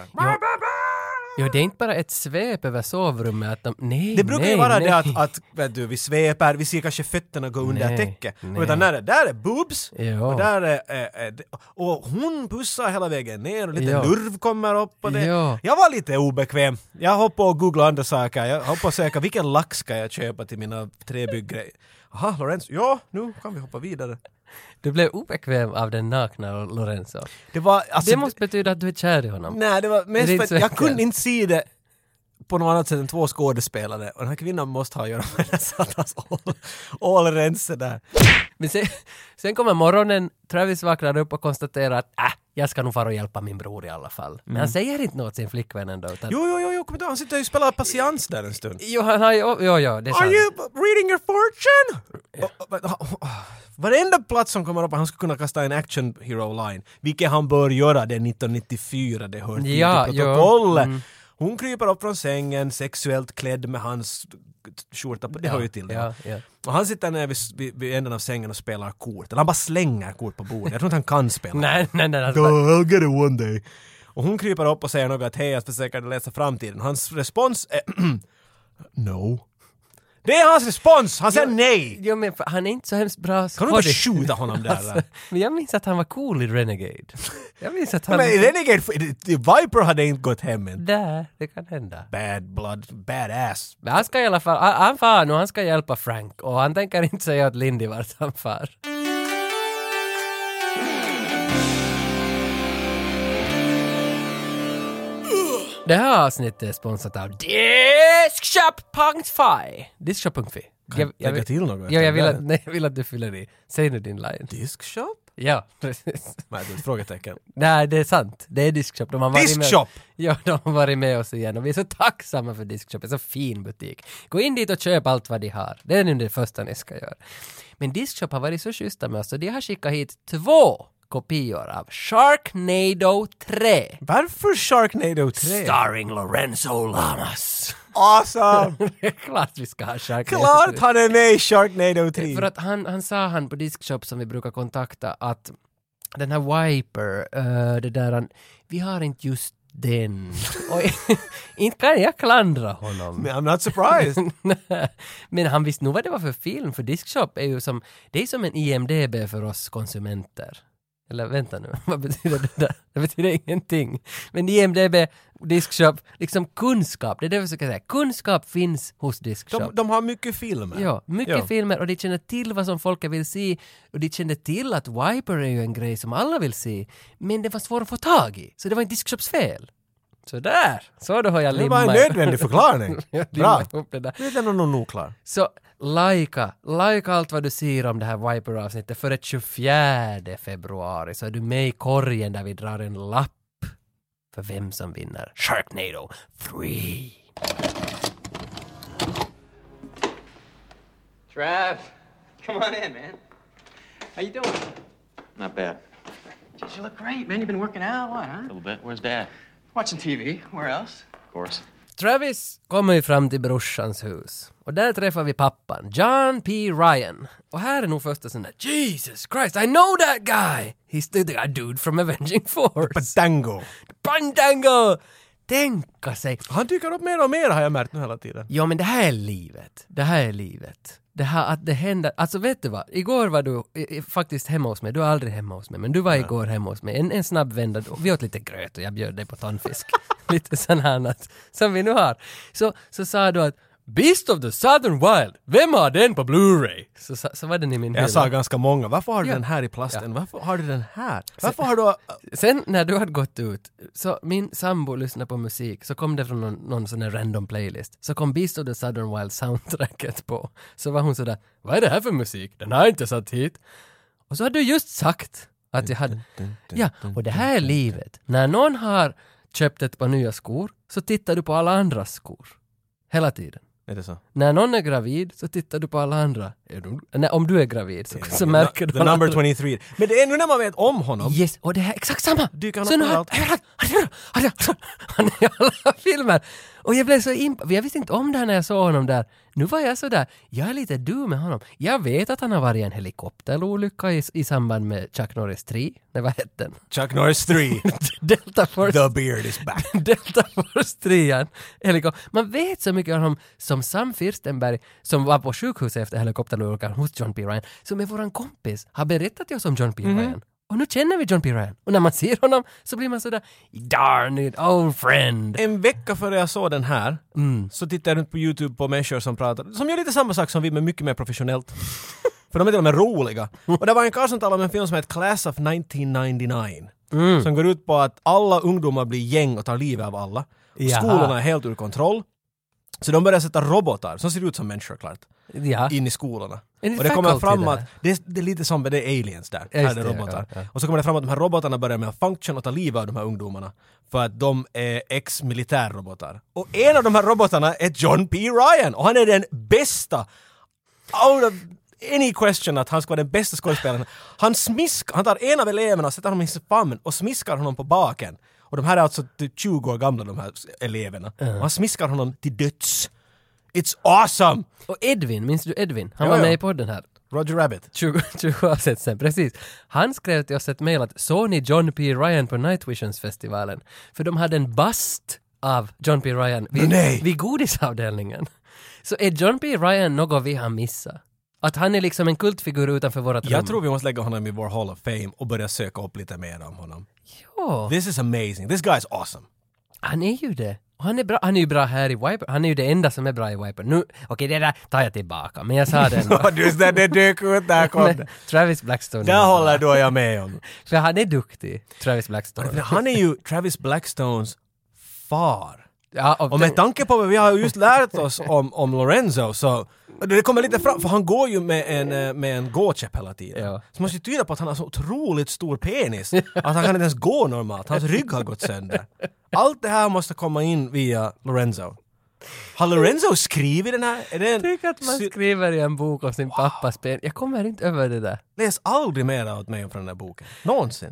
Jo, det är inte bara ett svep över sovrummet. Att de, nej, Det brukar nej, ju vara nej. det att, att vet du, vi sveper, vi ser kanske fötterna gå under Nej, täcket. nej. Utan där är, där är boobs Ja. och där är, är, är och hon pussar hela vägen ner och lite Ja. lurv kommer upp och det. Ja. Jag var lite obekväm. Jag hoppade och googlade andra saker. Jag hoppade och söka vilken lack ska jag köpa till mina träbygggrejer. Jaha, Lorenzo. Ja, nu kan vi hoppa vidare. Du blev obekväm av den nakna Lorenzo. Det var alltså, Det måste betyda att du är kär i honom. nej, det var Är mest det inte för så att jag enkelt? kunde inte se det på något annat sätt än två skådespelare. Och den här kvinnan måste ha att göra med den satans ålrense där. Men sen, sen kommer morgonen, Travis vaknar upp och konstaterar att äh, jag ska nog fara och hjälpa min bror i alla fall. Men han säger inte något till sin flickvän ändå. Utan, Jo, jo, jo, jo, kom igen, han sitter ju och spelar patiens där en stund. jo, han har ju, jo, jo, jo, det är Are sant. you reading your fortune? Oh, oh, oh. Varenda plats som kommer upp, han skulle kunna kasta en action hero line. Vilket han bör göra, det är nittonhundraåttiofyra, det hör till Ja, till jo. protokollet. Mm. Hon kryper upp från sängen, sexuellt klädd med hans skjorta på, det hör ju till det. Ja, ja. Och han sitter ner vid, vid, vid änden av sängen och spelar kort. Eller han bara slänger kort på bordet. Jag tror inte han kan spela. Nej, nej, nej. Då, Alltså, I'll get it one day. Och hon kryper upp och säger något att hej, jag försöker läsa framtiden. Hans respons är no. Det är hans respons! Han säger nej! jo, men för han är inte så hemskt bra Kan du inte skådis. skjuta honom där? Alltså, men jag minns att han var cool i Renegade. Jag minns att han... Men Renegade, Viper hade inte gått hem än. Där, det kan hända. Bad blood, bad ass. Men han ska i alla fall, han, han far nu, han ska hjälpa Frank och han tänker inte säga åt Lindy vart han far. Det här avsnittet är sponsrat av Diskshop punkt fi. Diskshop punkt fi. Kan jag lägga till något? Ja, jag vill, att, nej, jag vill att du fyller i. Säg nu din line. Diskshop? Ja, precis. Nej, det är ett frågetecken. Nej, det är sant. Det är Diskshop. De har varit Diskshop! Med, ja, de har varit med oss igen och vi är så tacksamma för Diskshop. Det är så fin butik. Gå in dit och köp allt vad de har. Det är nu det första ni ska göra. Men Diskshop har varit så schyssta med oss så de har skickat hit två kopior av Sharknado tre. Varför Sharknado tre? Starring Lorenzo Lamas. Awesome! Det är klart vi ska ha Sharknado Klart tre. han är med i Sharknado tre. För att han, han sa han på Diskshop som vi brukar kontakta att den här Viper, uh, det där han, vi har inte just den. Och inte kan jag klandra honom. I'm not surprised. Men han visste nog vad det var för film, för Diskshop är ju som, det är som en I M D B för oss konsumenter. Eller vänta nu, vad betyder det där? Det betyder ingenting. Men I M D B, Diskshop, liksom kunskap, det är det vi ska säga. Kunskap finns hos Diskshop. De, de har mycket filmer. Ja, mycket Ja. filmer och de känner till vad som folk vill se och de känner till att Viper är ju en grej som alla vill se men det var svårt att få tag i, så det var en Diskshops fel. Så där, så då har jag Det var limmat. en nödvändig förklaring. Jag Bra. limmat ihop det där. Det är nog nog klar. Så lajka, lajka allt vad du ser om det här Viper-avsnittet för det tjugofjärde februari så är du med i korgen där vi drar en lapp för vem som vinner Sharknado tre. Trav, come on in, man. How you doing? Not bad. Geez, you look great, man. You've been working out, what, huh? A little bit. Where's Dad? Watching T V. Where else? Of course. Travis kommer ju fram till brorsans hus. Och där träffar vi pappan, John P. Ryan. Och här är nog första sån där, Jesus Christ, I know that guy! He's the, the dude from Avenging Force. Bandango. Bandango! Tänka sig. Han dyker upp mer och mer har jag märkt nu hela tiden. Ja, men det här är livet. Det här är livet. Det här att det händer, alltså vet du vad? Igår var du i, faktiskt hemma hos mig. Du är aldrig hemma hos mig, men du var ja. igår hemma hos mig. En, en snabb vända. Vi åt lite gröt och jag bjöd dig på tonfisk. Lite sån här annat som vi nu har. Så, så sa du att Beast of the Southern Wild, vem har den på Blu-ray? Så, så, så var den i min hylla. Jag sa ganska många. Varför har du ja. den här i plasten? Ja. Varför har du den här? Varför har du... Sen när du hade gått ut, så min sambo lyssnade på musik, så kom det från någon, någon sån här random playlist. Så kom Beast of the Southern Wild soundtracket på. Så var hon sådär, vad är det här för musik? Den har jag inte satt hit. Och så hade du just sagt att jag hade... Ja, och det här är livet. När någon har köpt ett par nya skor, så tittar du på alla andras skor. Hela tiden. Är det så? När någon är gravid så tittar du på alla andra. Är du, nej, om du är gravid så, så märker du The number tjugotre. Men det är nu när man vet om honom. Yes, och det här är exakt samma. Dyker han så upp nu med har allt. han, han, han, han, han är i alla filmer. Och jag blev så imp... Jag visste inte om det här när jag såg honom där. Nu var jag så där, jag är lite du med honom. Jag vet att han har varit i en helikopterolycka i, i samband med Chuck Norris tre. Det var hette den? Chuck Norris tre. Delta Force. The beard is back. Delta Force tre. Helikop- Man vet så mycket om honom som Sam Firstenberg, som var på sjukhuset efter helikopterolyckan hos John P. Ryan, som är våran kompis, har berättat oss om John P. Mm-hmm. Ryan. Och nu känner vi John P. Ryan. Och när man ser honom så blir man sådär, darn it, old friend. En vecka före jag såg den här Mm. så tittade jag runt på YouTube på människor som pratar, som gör lite samma sak som vi, men mycket mer professionellt. För de är till och med roliga. Och det var en karl som talade om en film som heter Class of nittonhundranittionio. Mm. Som går ut på att alla ungdomar blir gäng och tar livet av alla. Och Jaha. skolorna är helt ur kontroll. Så de börjar sätta robotar, som ser ut som människor klart, Ja. in i skolorna. Är det Och det kommer faculty fram det att här? det är, det är lite som det är aliens där. Ja, Här är just det det, robotar. ja, ja. Och så kommer det fram att de här robotarna börjar med att function och ta livet av de här ungdomarna. För att de är ex-militärrobotar. Och en av de här robotarna är John P. Ryan. Och han är den bästa. Out of any question att han ska vara den bästa skådespelaren. Han smiskar, han tar en av eleverna och sätter honom i sin famn och smiskar honom på baken. Och de här är alltså typ tjugo år gamla, de här eleverna. Uh. Och han smiskar honom till döds. It's awesome! Och Edvin, minns du Edvin? Han Ja, var ja. med i podden här. Roger Rabbit. tjugo, tjugo avsnitt sen, precis. Han skrev till oss ett mejl att såg ni John P. Ryan på Night Visions-festivalen? För de hade en bust av John P. Ryan vid, Nej. vid godisavdelningen. Så är John P. Ryan något vi har missat? Att han är liksom en kultfigur utanför vårat rum? Jag tror vi måste lägga honom i vår Hall of Fame och börja söka upp lite mer om honom. Ja, This is amazing. This guy is awesome. han är ju det. Och han är bra. Han är ju bra här i Viper. Han är ju det enda som är bra i Viper. Nu, okej, det där tar jag tillbaka. Men jag sa det ändå. Du, det, det dök ut där kom Men det. Travis Blackstone. Där håller då jag med om. För han är duktig, Travis Blackstone. Han är ju Travis Blackstones far. Ja, och Och med tanke på vad vi har just lärt oss om, om Lorenzo så det kommer lite fram, för han går ju med en, med en gåkäpp hela tiden. Ja. Så man måste ju tyda på att han har så otroligt stor penis att han kan inte ens gå normalt. Hans rygg har gått sönder. Allt det här måste komma in via Lorenzo. Har Lorenzo skrivit den här? Är det en... Tänk att man skriver i en bok om sin pappas pen. Jag kommer inte över det där. Läs aldrig mer åt mig från den här boken. Någonsin.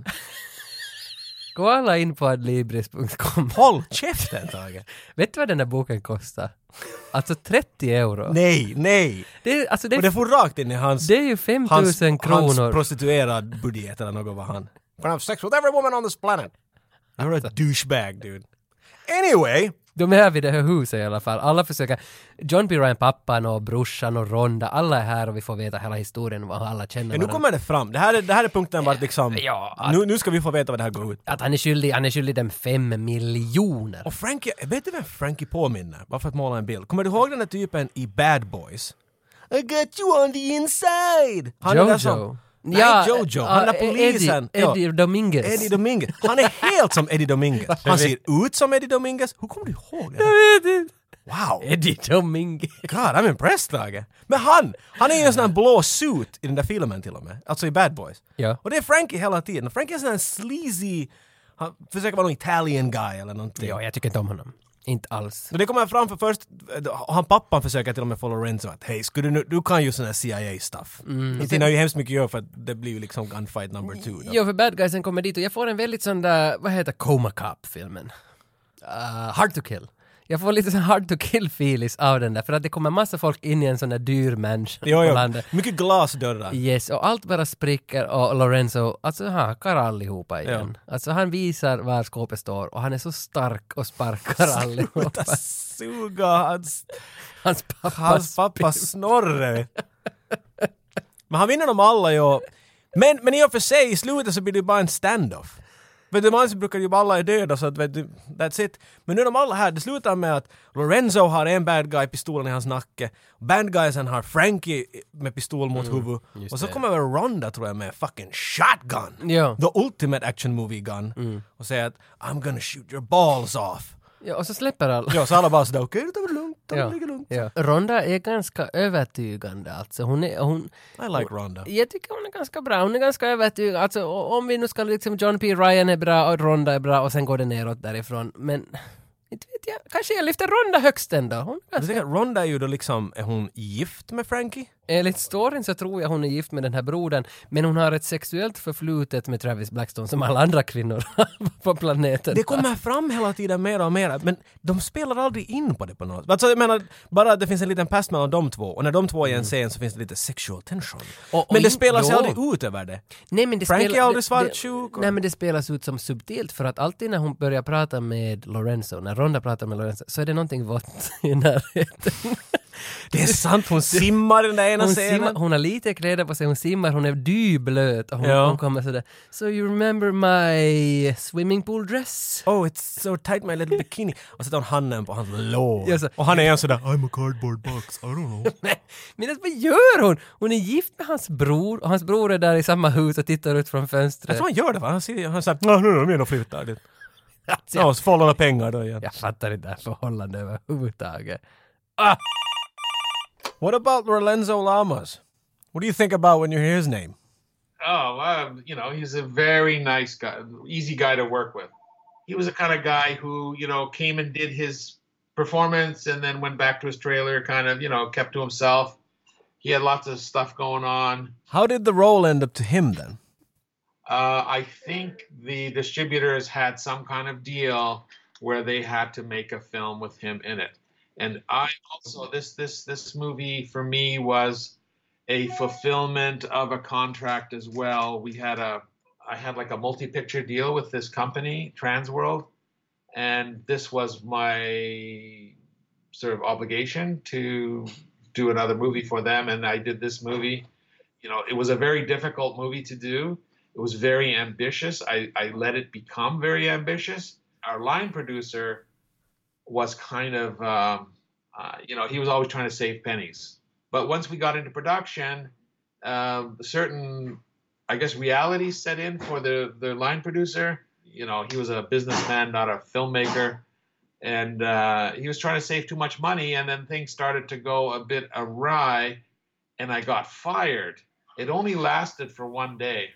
Gå alla in på adlibris punkt com. Håll käften, Tage. Vet du vad den där boken kostar? Alltså trettio euro. Nej, nej. Det är, alltså det, Och det får rakt in i hans... det är ju fem hans, tusen kronor. hans prostituerad budget eller något var han. Can have sex with every woman on this planet. You're a douchebag, dude. Anyway. De är här vid det här huset i alla fall. Alla försöker... John P. Ryan, pappan och brorsan och Ronda. Alla är här och vi får veta hela historien vad alla känner Ja, nu varandra. kommer det fram. Det här är, det här är punkten vart liksom... Ja, att- nu, nu ska vi få veta vad det här går ut. Att han är skyldig, han är skyldig dem fem miljoner. Och Frankie, vet du vem Frankie påminner? Bara för att måla en bild. Kommer du ihåg den här typen i Bad Boys? I got you on the inside! Han är där som- Jojo. Nej, Jojo. Han är uh, polisen. Eddie, Eddie Ja. Dominguez. Eddie Dominguez. Han är helt som Eddie Dominguez. Han ser ut som Eddie Dominguez. Hur kommer du ihåg det? Jag vet inte. Wow! Eddie Dominguez. God, I'm impressed, Tage. Men han, han är ju en sån här blå suit i den där filmen till och med. Alltså i Bad Boys. Ja. Och det är Frankie hela tiden. Frankie är en sån här sleazy, han försöker vara någon Italian guy eller någonting. Ja, jag tycker inte om honom. Inte alls. Så det kommer fram för först, han pappan försöker till och med få Lorenzo att hej, skulle du, nu, du kan ju sån här C I A-stuff. Mm. Det hinner ju hemskt mycket göra för att det blir ju liksom gunfight number two. Då. Jo, för bad guysen kommer dit och jag får en väldigt sån där, vad heter Coma Cop-filmen? Uh, hard to kill. Jag får lite så hard to kill feelings av den där, för att det kommer massa folk in i en sån där dyr mansion jo, jo. på landet. Mycket glasdörrar. Yes, och allt bara spricker och Lorenzo, alltså han hakar allihopa igen. Ja. Alltså han visar var skåpet står och han är så stark och sparkar allihopa. Sluta suga hans, hans pappas, hans pappas snorre. Men han vinner dem alla ju. Men, men i och för sig, i slutet så blir det bara en standoff. Vet du, man brukar ju bara alla är döda så att vet du, that's it. Men nu är de alla här. Det slutar med att Lorenzo har en bad guy pistolen i hans nacke. Bad guysen har Frankie med pistol mot mm, huvud. Och så det. Kommer väl Ronda tror jag med fucking shotgun. Ja. The ultimate action movie gun. Mm. Och säger att I'm gonna shoot your balls off. Ja, och så släpper alla. Ja, så alla bara sådär, okej, okay, det var lugnt, det var ja, lugnt. Ja. Ronda är ganska övertygande alltså. Hon är, hon, I like Ronda. Jag tycker hon är ganska bra. Hon är ganska övertygande. Alltså, om vi nu ska liksom, John P. Ryan är bra och Ronda är bra och sen går det neråt därifrån. Men, inte vet jag. Kanske jag lyfter Ronda högst ändå. Hon är ganska... Ronda är ju då liksom, är hon gift med Frankie? Enligt storyn så tror jag hon är gift med den här brodern, men hon har ett sexuellt förflutet med Travis Blackstone som alla andra kvinnor på planeten. Det kommer fram hela tiden mer och mer, men de spelar aldrig in på det på något. Alltså jag menar, bara att det finns en liten past mellan de två, och när de två är i en scen så finns det lite sexual tension. Och, och men det spelas ju aldrig ut över det. Nej, men det Frankie spela, är aldrig svartsjuk. svartsjuk. Nej, men det spelas ut som subtilt, för att alltid när hon börjar prata med Lorenzo, när Ronda pratar med Lorenzo, så är det någonting vått i närheten. Det är sant, hon simmar den där ena hon scenen. Simmar, hon har lite kläder på sig, hon simmar, hon är dyblöt och hon, ja. hon kommer sådär. So you remember my swimming pool dress? Oh, it's so tight my little bikini. Och så tar hon handen på hans lår. Ja, så, och han är en sådär, I'm a cardboard box, I don't know. Nej, men alltså, vad gör hon? Hon är gift med hans bror och hans bror är där i samma hus och tittar ut från fönstret. Jag tror han gör det va? Han säger, han säger, nej, nu är de igen och flyttar dit. Alltså, ja, och så får några pengar då igen. Jag fattar inte det här förhållande överhuvudtaget. Ah! What about Lorenzo Lamas? What do you think about when you hear his name? Oh, um, you know, he's a very nice guy, easy guy to work with. He was the kind of guy who, you know, came and did his performance and then went back to his trailer, kind of, you know, kept to himself. He had lots of stuff going on. How did the role end up to him then? Uh, I think the distributors had some kind of deal where they had to make a film with him in it. And I also, this this this movie for me was a fulfillment of a contract as well. We had a, I had like a multi-picture deal with this company, Transworld, and this was my sort of obligation to do another movie for them. And I did this movie. You know, it was a very difficult movie to do. It was very ambitious. I, I let it become very ambitious. Our line producer was kind of, um, uh, you know, he was always trying to save pennies. But once we got into production, uh, certain, I guess, realities set in for the, the line producer. You know, he was a businessman, not a filmmaker. And uh, he was trying to save too much money. And then things started to go a bit awry. And I got fired. It only lasted for one day.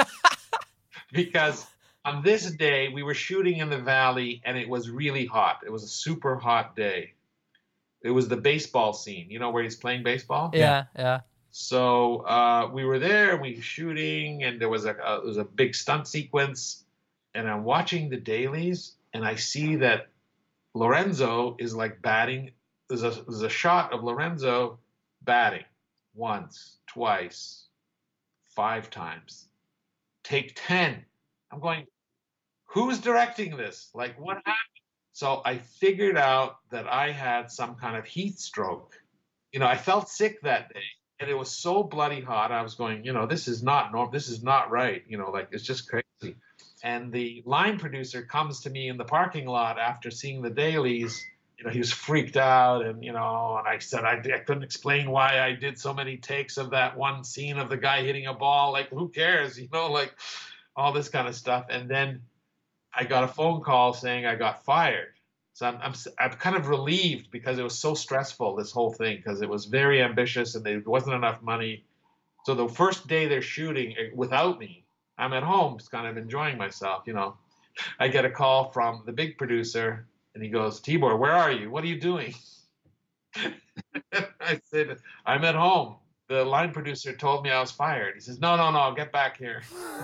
Because on this day, we were shooting in the valley, and it was really hot. It was a super hot day. It was the baseball scene, you know, where he's playing baseball? Yeah, yeah. So uh, we were there, and we were shooting, and there was a, a, it was a big stunt sequence. And I'm watching the dailies, and I see that Lorenzo is like batting. There's a, there's a shot of Lorenzo batting once, twice, five times. Take ten. I'm going, who's directing this? Like, what happened? So I figured out that I had some kind of heat stroke. You know, I felt sick that day, and it was so bloody hot. I was going, you know, this is not normal. This is not right. You know, like, it's just crazy. And the line producer comes to me in the parking lot after seeing the dailies. You know, he was freaked out, and, you know, and I said I, I couldn't explain why I did so many takes of that one scene of the guy hitting a ball. Like, who cares? You know, like, all this kind of stuff. And then I got a phone call saying I got fired. So I'm, I'm, I'm kind of relieved because it was so stressful, this whole thing, because it was very ambitious and there wasn't enough money. So the first day they're shooting without me, I'm at home just kind of enjoying myself, you know. I get a call from the big producer And he goes, Tibor, where are you? What are you doing? I said, I'm at home. The line producer told me I was fired. He says, no, no, no, get back here.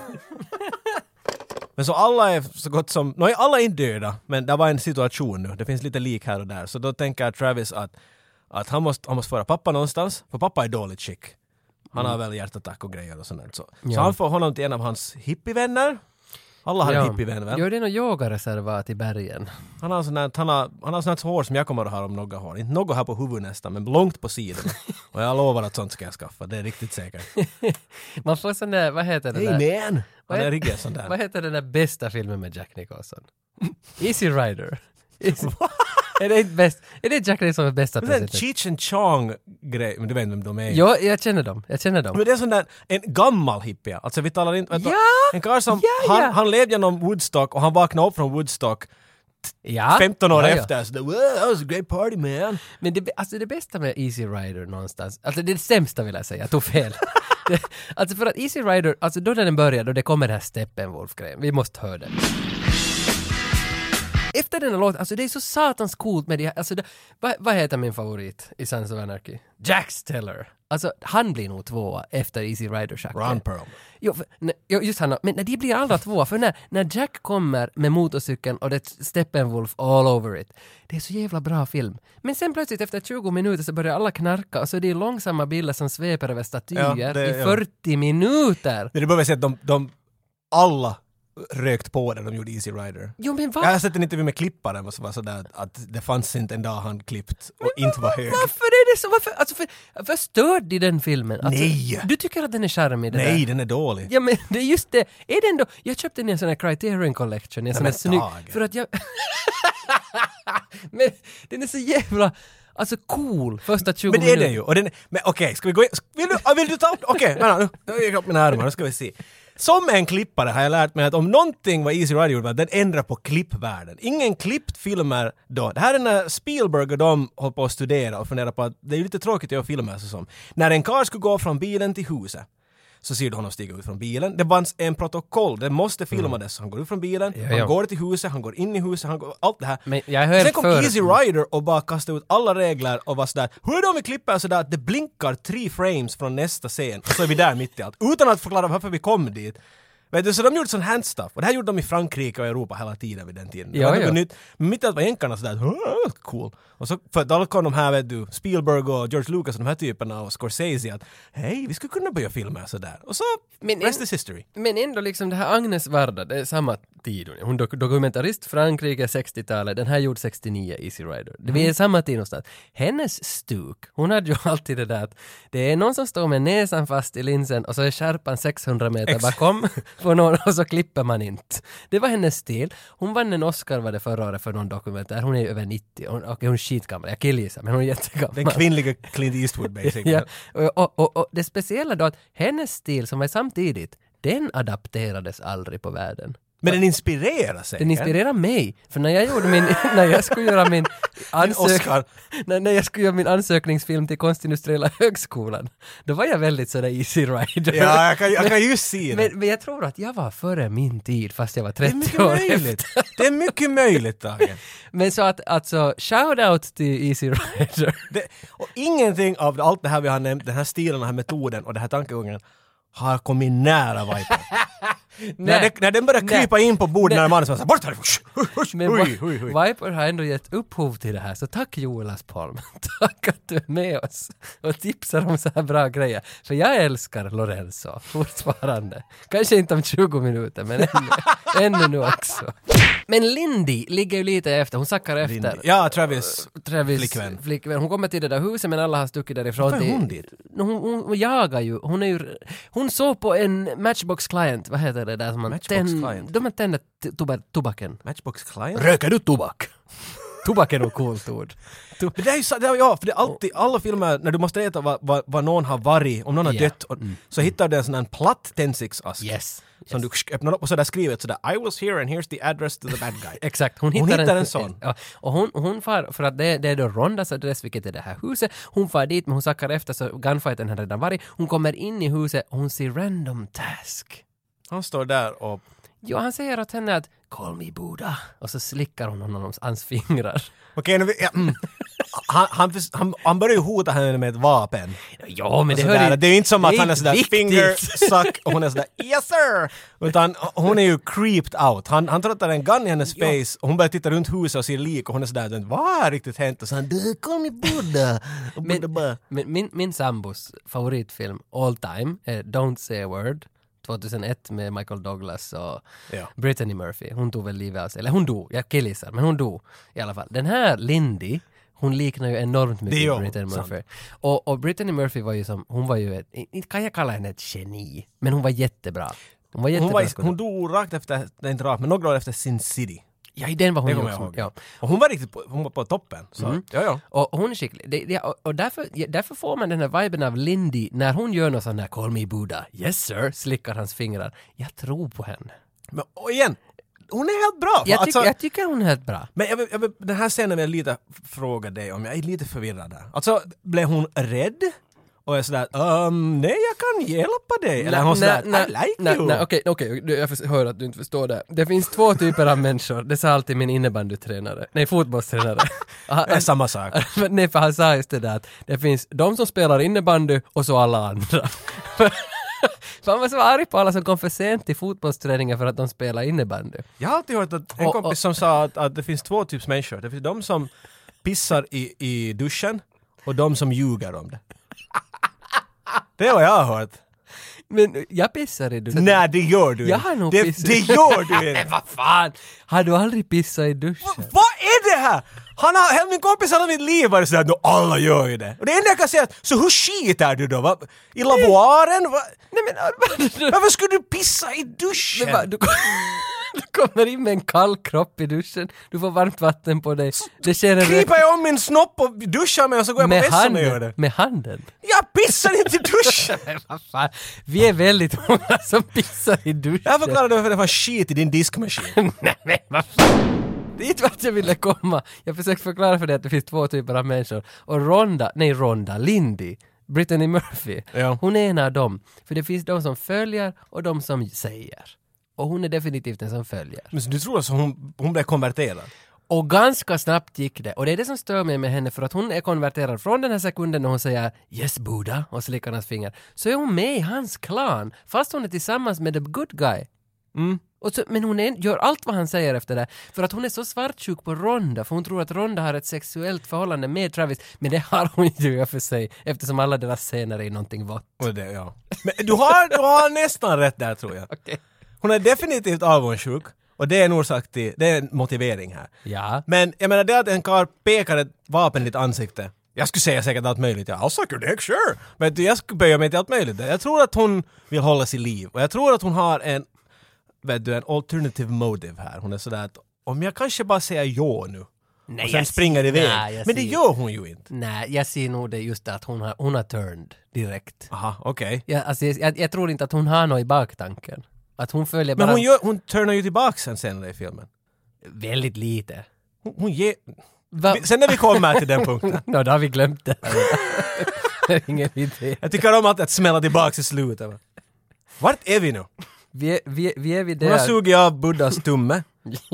Men så alla är så gott som... Nej, alla är inte döda, men det var en situation nu. Det finns lite lik här och där. Så då tänker Travis att, att han, måste, han måste föra pappa någonstans. För pappa är dåligt skick. Han har väl hjärtattack och grejer och sånt. Så, Ja. så han får honom till en av hans hippievänner. Alla har Ja. en hippievän, väl? Jo, det är nog yogareservat i bergen. Han har sån här, han har, han har sånt här hår som jag kommer att ha om några hår. Inte något här på huvudet nästan, men långt på sidorna. Och jag lovar att sånt ska jag skaffa. Det är riktigt säkert. Man får sån där, vad heter det Hey där? man! Vad Han är är- riktigt sån där. Vad heter den där bästa filmen med Jack Nicholson? Easy Rider. Easy. Är det inte bäst? Är det Jack Nicholson med bästa Det är en president? Cheech and Chong-grej, men du vet vem de är. Jo, jag känner dem. Jag känner dem. Men det är sån där, en gammal hippie. Alltså vi talar inte... vet du, Ja! En karl som, Ja, ja. han, han levde genom Woodstock och han vaknade upp från Woodstock Ja. femton år ja, ja. efter. Så det, wow, that was a great party man. Men det, alltså det bästa med Easy Rider någonstans, alltså det är det sämsta vill jag säga, jag tog fel. det, alltså för att Easy Rider, alltså då när den börjar, då det kommer den här Steppenwolf-grejen, vi måste höra den. Efter den här låten, alltså det är så satans coolt med det här, alltså det, vad, vad heter min favorit i Sons of Anarchy? Jack Steller. Alltså han blir nog tvåa efter Easy Rider-schacket. Ron Perlman. Jo, för, ne, jo, just han, men när de blir alla två, för när, när Jack kommer med motorcykeln och det är Steppenwolf all over it, det är så jävla bra film. Men sen plötsligt efter tjugo minuter så börjar alla knarka och så är det långsamma bilder som sveper över statyer Ja, det- i ja. fyrtio minuter. Men det behöver säga att de, de alla rökt på den de gjorde Easy Rider. Jo men Jag vad? har sett en intervju med klipparen som var sådär att det fanns inte en dag han klippt och inte var hög. Varför är det så? Varför, alltså för, för störd i den filmen? Alltså, Nej. Du tycker att den är charmig? Det Nej, där? den är dålig. Ja men det är just det. Är den då? Jag köpte den i en sån här Criterion Collection. En sån här men snygg... Tage. För att jag... men den är så jävla... Alltså cool första tjugo Men det är minuter. det ju. Och den, men okej, ska vi gå in? Vill du, ah, vill du ta upp? Okej, okay, nu, nu har jag upp mina armar, nu ska vi se. Som en klippare har jag lärt mig att om någonting var Easy Rider gjorde, var att den ändrar på klippvärlden. Ingen klippt filmer då. Det här är när Spielberg och de håller på att studera och fundera på att det är ju lite tråkigt att göra filmer så som. När en karl skulle gå från bilen till huset så ser du honom stiga ut från bilen. Det fanns en protokoll, det måste filmades. Han går ut från bilen, Ja, han ja. går till huset, han går in i huset, han går, allt det här. Men jag hör Sen kom för- Easy Rider och bara kastade ut alla regler och var sådär, hur är det om vi klipper sådär att det blinkar tre frames från nästa scen och så är vi där mitt i allt. Utan att förklara varför vi kom dit. Vet du, så de gjorde sån handstuff. Och det här gjorde de i Frankrike och Europa hela tiden vid den tiden. Det Ja, var ja. något nytt. Men mitt i allt var jänkarna sådär, "Åh, cool. Och så för att alla kom de här, vet du, Spielberg och George Lucas och de här typerna och Scorsese att hej, vi skulle kunna börja filma sådär. Och så, Men rest en- is history. Men ändå liksom det här Agnes Varda, det är samma tid. Hon är dok- dokumentarist, Frankrike, sextiotalet. Den här gjord sextionio, Easy Rider. Det Mm. är samma tid någonstans. Hennes stuk, hon hade ju alltid det där att det är någon som står med näsan fast i linsen och så är skärpan sexhundra meter Ex- bakom på någon och så klipper man inte. Det var hennes stil. Hon vann en Oscar var det förra året för någon dokumentär. Hon är över nittio. Hon, okej, hon är skitgammal. Jag killgissar, men hon är jättegammal. Den kvinnliga Clint Eastwood basically. Ja, och, och, och, och det speciella då att hennes stil som var samtidigt, den adapterades aldrig på världen. Men den inspirerar sig. Den inspirerar mig. För när jag gjorde min, när jag skulle göra min ansök, Oscar. när, när jag skulle göra min ansökningsfilm till Konstindustriella högskolan, då var jag väldigt sådär Easy Rider. Ja, jag kan, jag kan ju se det. men, men jag tror att jag var före min tid, fast jag var Det är mycket trettio år möjligt. efter. Det är mycket möjligt, Tage. Men så att, alltså, shout out till Easy Rider. Det, och ingenting av allt det här vi har nämnt, den här stilen, den här metoden och den här tankegången har kommit nära Viper. när, det, när den börjar krypa Nej. in på bordet Nej. när mannen så här, bort härifrån! Husch, Men hui, Vi- hui, hui. Viper har ändå gett upphov till det här, så tack Joel Aspholm. Tack att du är med oss och tipsar om så här bra grejer. För jag älskar Lorenzo fortfarande. Kanske inte om tjugo minuter, men ännu, ännu nu också. Men Lindy ligger ju lite efter, hon sackar efter. Lindy. Ja, Travis. Travis flickvän. flickvän. Hon kommer till det där huset men alla har stuckit därifrån. Varför är till- hon dit? Hon, hon, hon jagar ju. Hon är ju... Hon såg på en Matchbox Client, vad heter det där som man... Matchbox tänd- Client? De man tänder t- toba- tobaken. Matchbox Client? Röker du tobak? Tobak är nog coolt ord. To- Men det är ju så, det är, ja, för det är alltid, alla filmer, när du måste veta vad, vad, vad någon har varit, om någon har Ja. dött, och, så hittar du en sån här platt tändsticksask. Yes. Som du öppnar upp och så där skrivet sådär I was here and here's the address to the bad guy. Exakt, hon hittar, Hon hittar en sån. Ja, och hon, hon far, för att det, det är då Rondas adress, vilket är det här huset. Hon far dit, men hon sackar efter så gunfighten har redan varit. Hon kommer in i huset och hon ser random task. Han står där och Jo, han säger åt henne att call me Buddha. Och så slickar hon honom hans fingrar. Okej, nu... Ja, mm. han, han, han, han börjar ju hota henne med ett vapen. Ja, men det Sådär. hör Det är ju inte som att han är sådär viktigt. finger suck och hon är sådär yes sir! Utan hon är ju creeped out. Han, han trottar en gun i hennes face och hon börjar titta runt huset och ser lik och hon är sådär vad har riktigt hänt? Och så han du call me Buddha. Och Buddha Men, bara, men min, min sambos favoritfilm all time är Don't Say a Word tjugohundraett med Michael Douglas och Ja. Brittany Murphy. Hon tog väl livet av sig. Eller hon dog, jag killgissar, men hon dog i alla fall. Den här Lindy, hon liknar ju enormt Det mycket gör hon, Brittany sant. Murphy. Och, och Brittany Murphy var ju som, hon var ju ett, inte kan jag kalla henne ett geni, men hon var jättebra. Hon var hon, jättebra. var, skådespelare. hon dog rakt efter, nej inte rakt, men några år efter Sin City. Ja, i den var hon Det ju kommer jag också. ihåg. Ja. Och hon var riktigt på, hon var på toppen. Så, Mm. ja, ja. Och hon är skicklig. Det, det, och och därför, ja, därför får man den här viben av Lindy när hon gör något sånt här call me Buddha. Yes sir, slickar hans fingrar. Jag tror på henne. Men och igen, hon är helt bra. Jag, tyck, Alltså, jag tycker hon är helt bra. men jag, vill- jag, vill- den här scenen vill jag lite fråga dig om. Jag är lite förvirrad där. Alltså, blev hon rädd? Och är sådär, um, nej jag kan hjälpa dig. Eller hon sådär, I like nej, you. nej, okej, okej, du- jag för- hör att du inte förstår det. Det finns två typer av människor. Det sa alltid min innebandytränare. Nej, fotbollstränare. Han- Det är samma sak. Men nej, för han sa just det där att det finns de som spelar innebandy och så alla andra. För han var så arg på alla som kom för sent till fotbollsträningen för att de spelar innebandy. Jag har alltid hört att en Och- kompis och- som sa att, att det finns två typs människor. Det finns de som pissar i, i duschen och de som ljuger om det. Det är vad jag har hört. Men jag pissar i duschen. Nej, det gör du Jag inte. har nog det, pissat. det gör du Men inte. vad fan! Har du aldrig pissat i duschen? Vad är det här? Han har, hela min kompis hela mitt liv varit sådär, "Nå, alla gör ju det." Och det enda jag kan säga är att, så hur skitar du då? Va? I lavoaren? Va? Nej men Armand, Varför skulle du pissa i duschen? men, va, du, du kommer in med en kall kropp i duschen, du får varmt vatten på dig. Det sker en Kryper jag om min snopp och duschar mig och så går jag på med vässan och gör det. handen. Med handen. Jag pissar inte i duschen! Men vad fan, vi är väldigt många som pissar i duschen. Jag förklarade varför det var skit i din diskmaskin. Nej men vad fan. Det är inte vart jag ville komma. Jag försökte förklara för dig att det finns två typer av människor. Och Ronda, nej Ronda, Lindy, Brittany Murphy, Ja. hon är en av dem. För det finns de som följer och de som säger. Och hon är definitivt den som följer. Men så du tror alltså hon, hon blev konverterad? Och ganska snabbt gick det. Och det är det som stör mig med henne, för att hon är konverterad från den här sekunden när hon säger yes Buddha och slickar hans finger. Så är hon med i hans klan, fast hon är tillsammans med the good guy. Mm. Och så, men hon är, gör allt vad han säger efter det. För att hon är så svartsjuk på Ronda, för hon tror att Ronda har ett sexuellt förhållande med Travis. Men det har hon ju för sig, eftersom alla deras scener är någonting vått. Och det, ja. Men du har, du har nästan rätt där tror jag. Okej. Hon är definitivt avundsjuk. Och det är en orsak till, det är en motivering här. Ja. Men jag menar det att en karl pekar ett vapen i ditt ansikte. Jag skulle säga säkert allt möjligt. Ja, I'll suck your dick, sure. Men jag skulle böja mig till allt möjligt. Jag tror att hon vill hålla sig liv. Och jag tror att hon har en, vet du, en alternative motive här. Hon är sådär att om jag kanske bara säger ja nu. Nej, och sen jag springer ser- iväg. nej, jag Men det ser- gör hon ju inte. Nej, jag ser nog det just att hon har, hon har turned direkt. Aha, okej. Jag, alltså, jag, jag tror inte att hon har något i baktanken. Att hon följer Men bara hon, gör, hon turnar ju tillbaka sen senare i filmen. väldigt lite. Hon, hon ger... Va? Sen när vi kommer till den punkten. Nå, då har vi glömt det. Det är ingen idé. Jag tycker om att, att smälla tillbaka i slutet. va? Vart är vi nu? Vi är, vi, är- vi är vid det Hon har här- sugit av Buddhas tumme.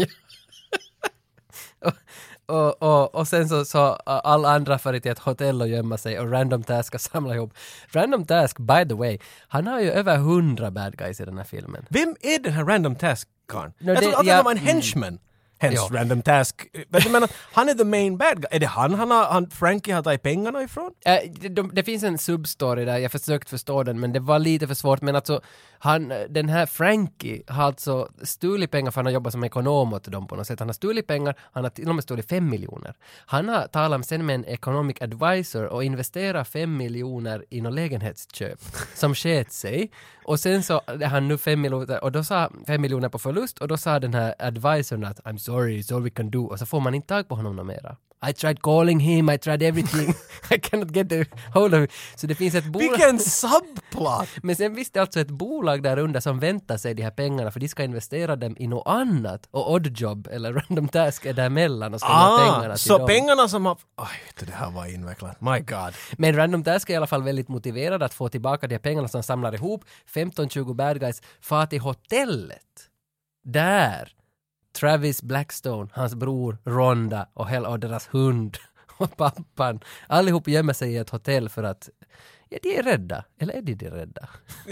och, och, och sen så, så alla andra farit till ett hotell och gömma sig och Random Task ska samla ihop. Random Task, by the way, han har ju över hundra bad guys i den här filmen. Vem är den här Random Task-karn? No, jag det- trodde att ja, han var en mm. henchman. Hence Ja. Random Task. Men jag menar, han är the main bad guy. Är det han, han, har, han Frankie har tagit pengarna ifrån? Äh, det, de, det finns en substory där, jag försökt förstå den men det var lite för svårt. Men alltså, han, den här Frankie har alltså stulit pengar för han har jobbat som ekonom åt dem på något sätt. Han har stulit pengar, han har till och med stulit fem miljoner. Han har talat sen med en economic advisor och investerat fem miljoner i något lägenhetsköp som sket sig. Och sen så är han nu fem miljoner och då sa fem miljoner på förlust och då sa den här advisorn att I'm sorry, it's all we can do. Och så får man inte tag på honom något mera. I tried calling him, I tried everything. I cannot get the hold of him. Så det finns ett bolag. Vilken subplot! Men sen visst är alltså ett bolag där under som väntar sig de här pengarna för de ska investera dem i något annat. Och Oddjob eller Random Task är däremellan och ska ah, pengarna Ah, till så dem. pengarna som har... Oj, vet du, det här var invecklat. My God. Men Random Task är i alla fall väldigt motiverad att få tillbaka de här pengarna som samlar ihop. femton tjugo bad guys far till hotellet där Travis Blackstone, hans bror Rhonda och hela och deras hund och pappan allihop gömmer sig i ett hotell för att ja, de är rädda. Eller är de, de rädda?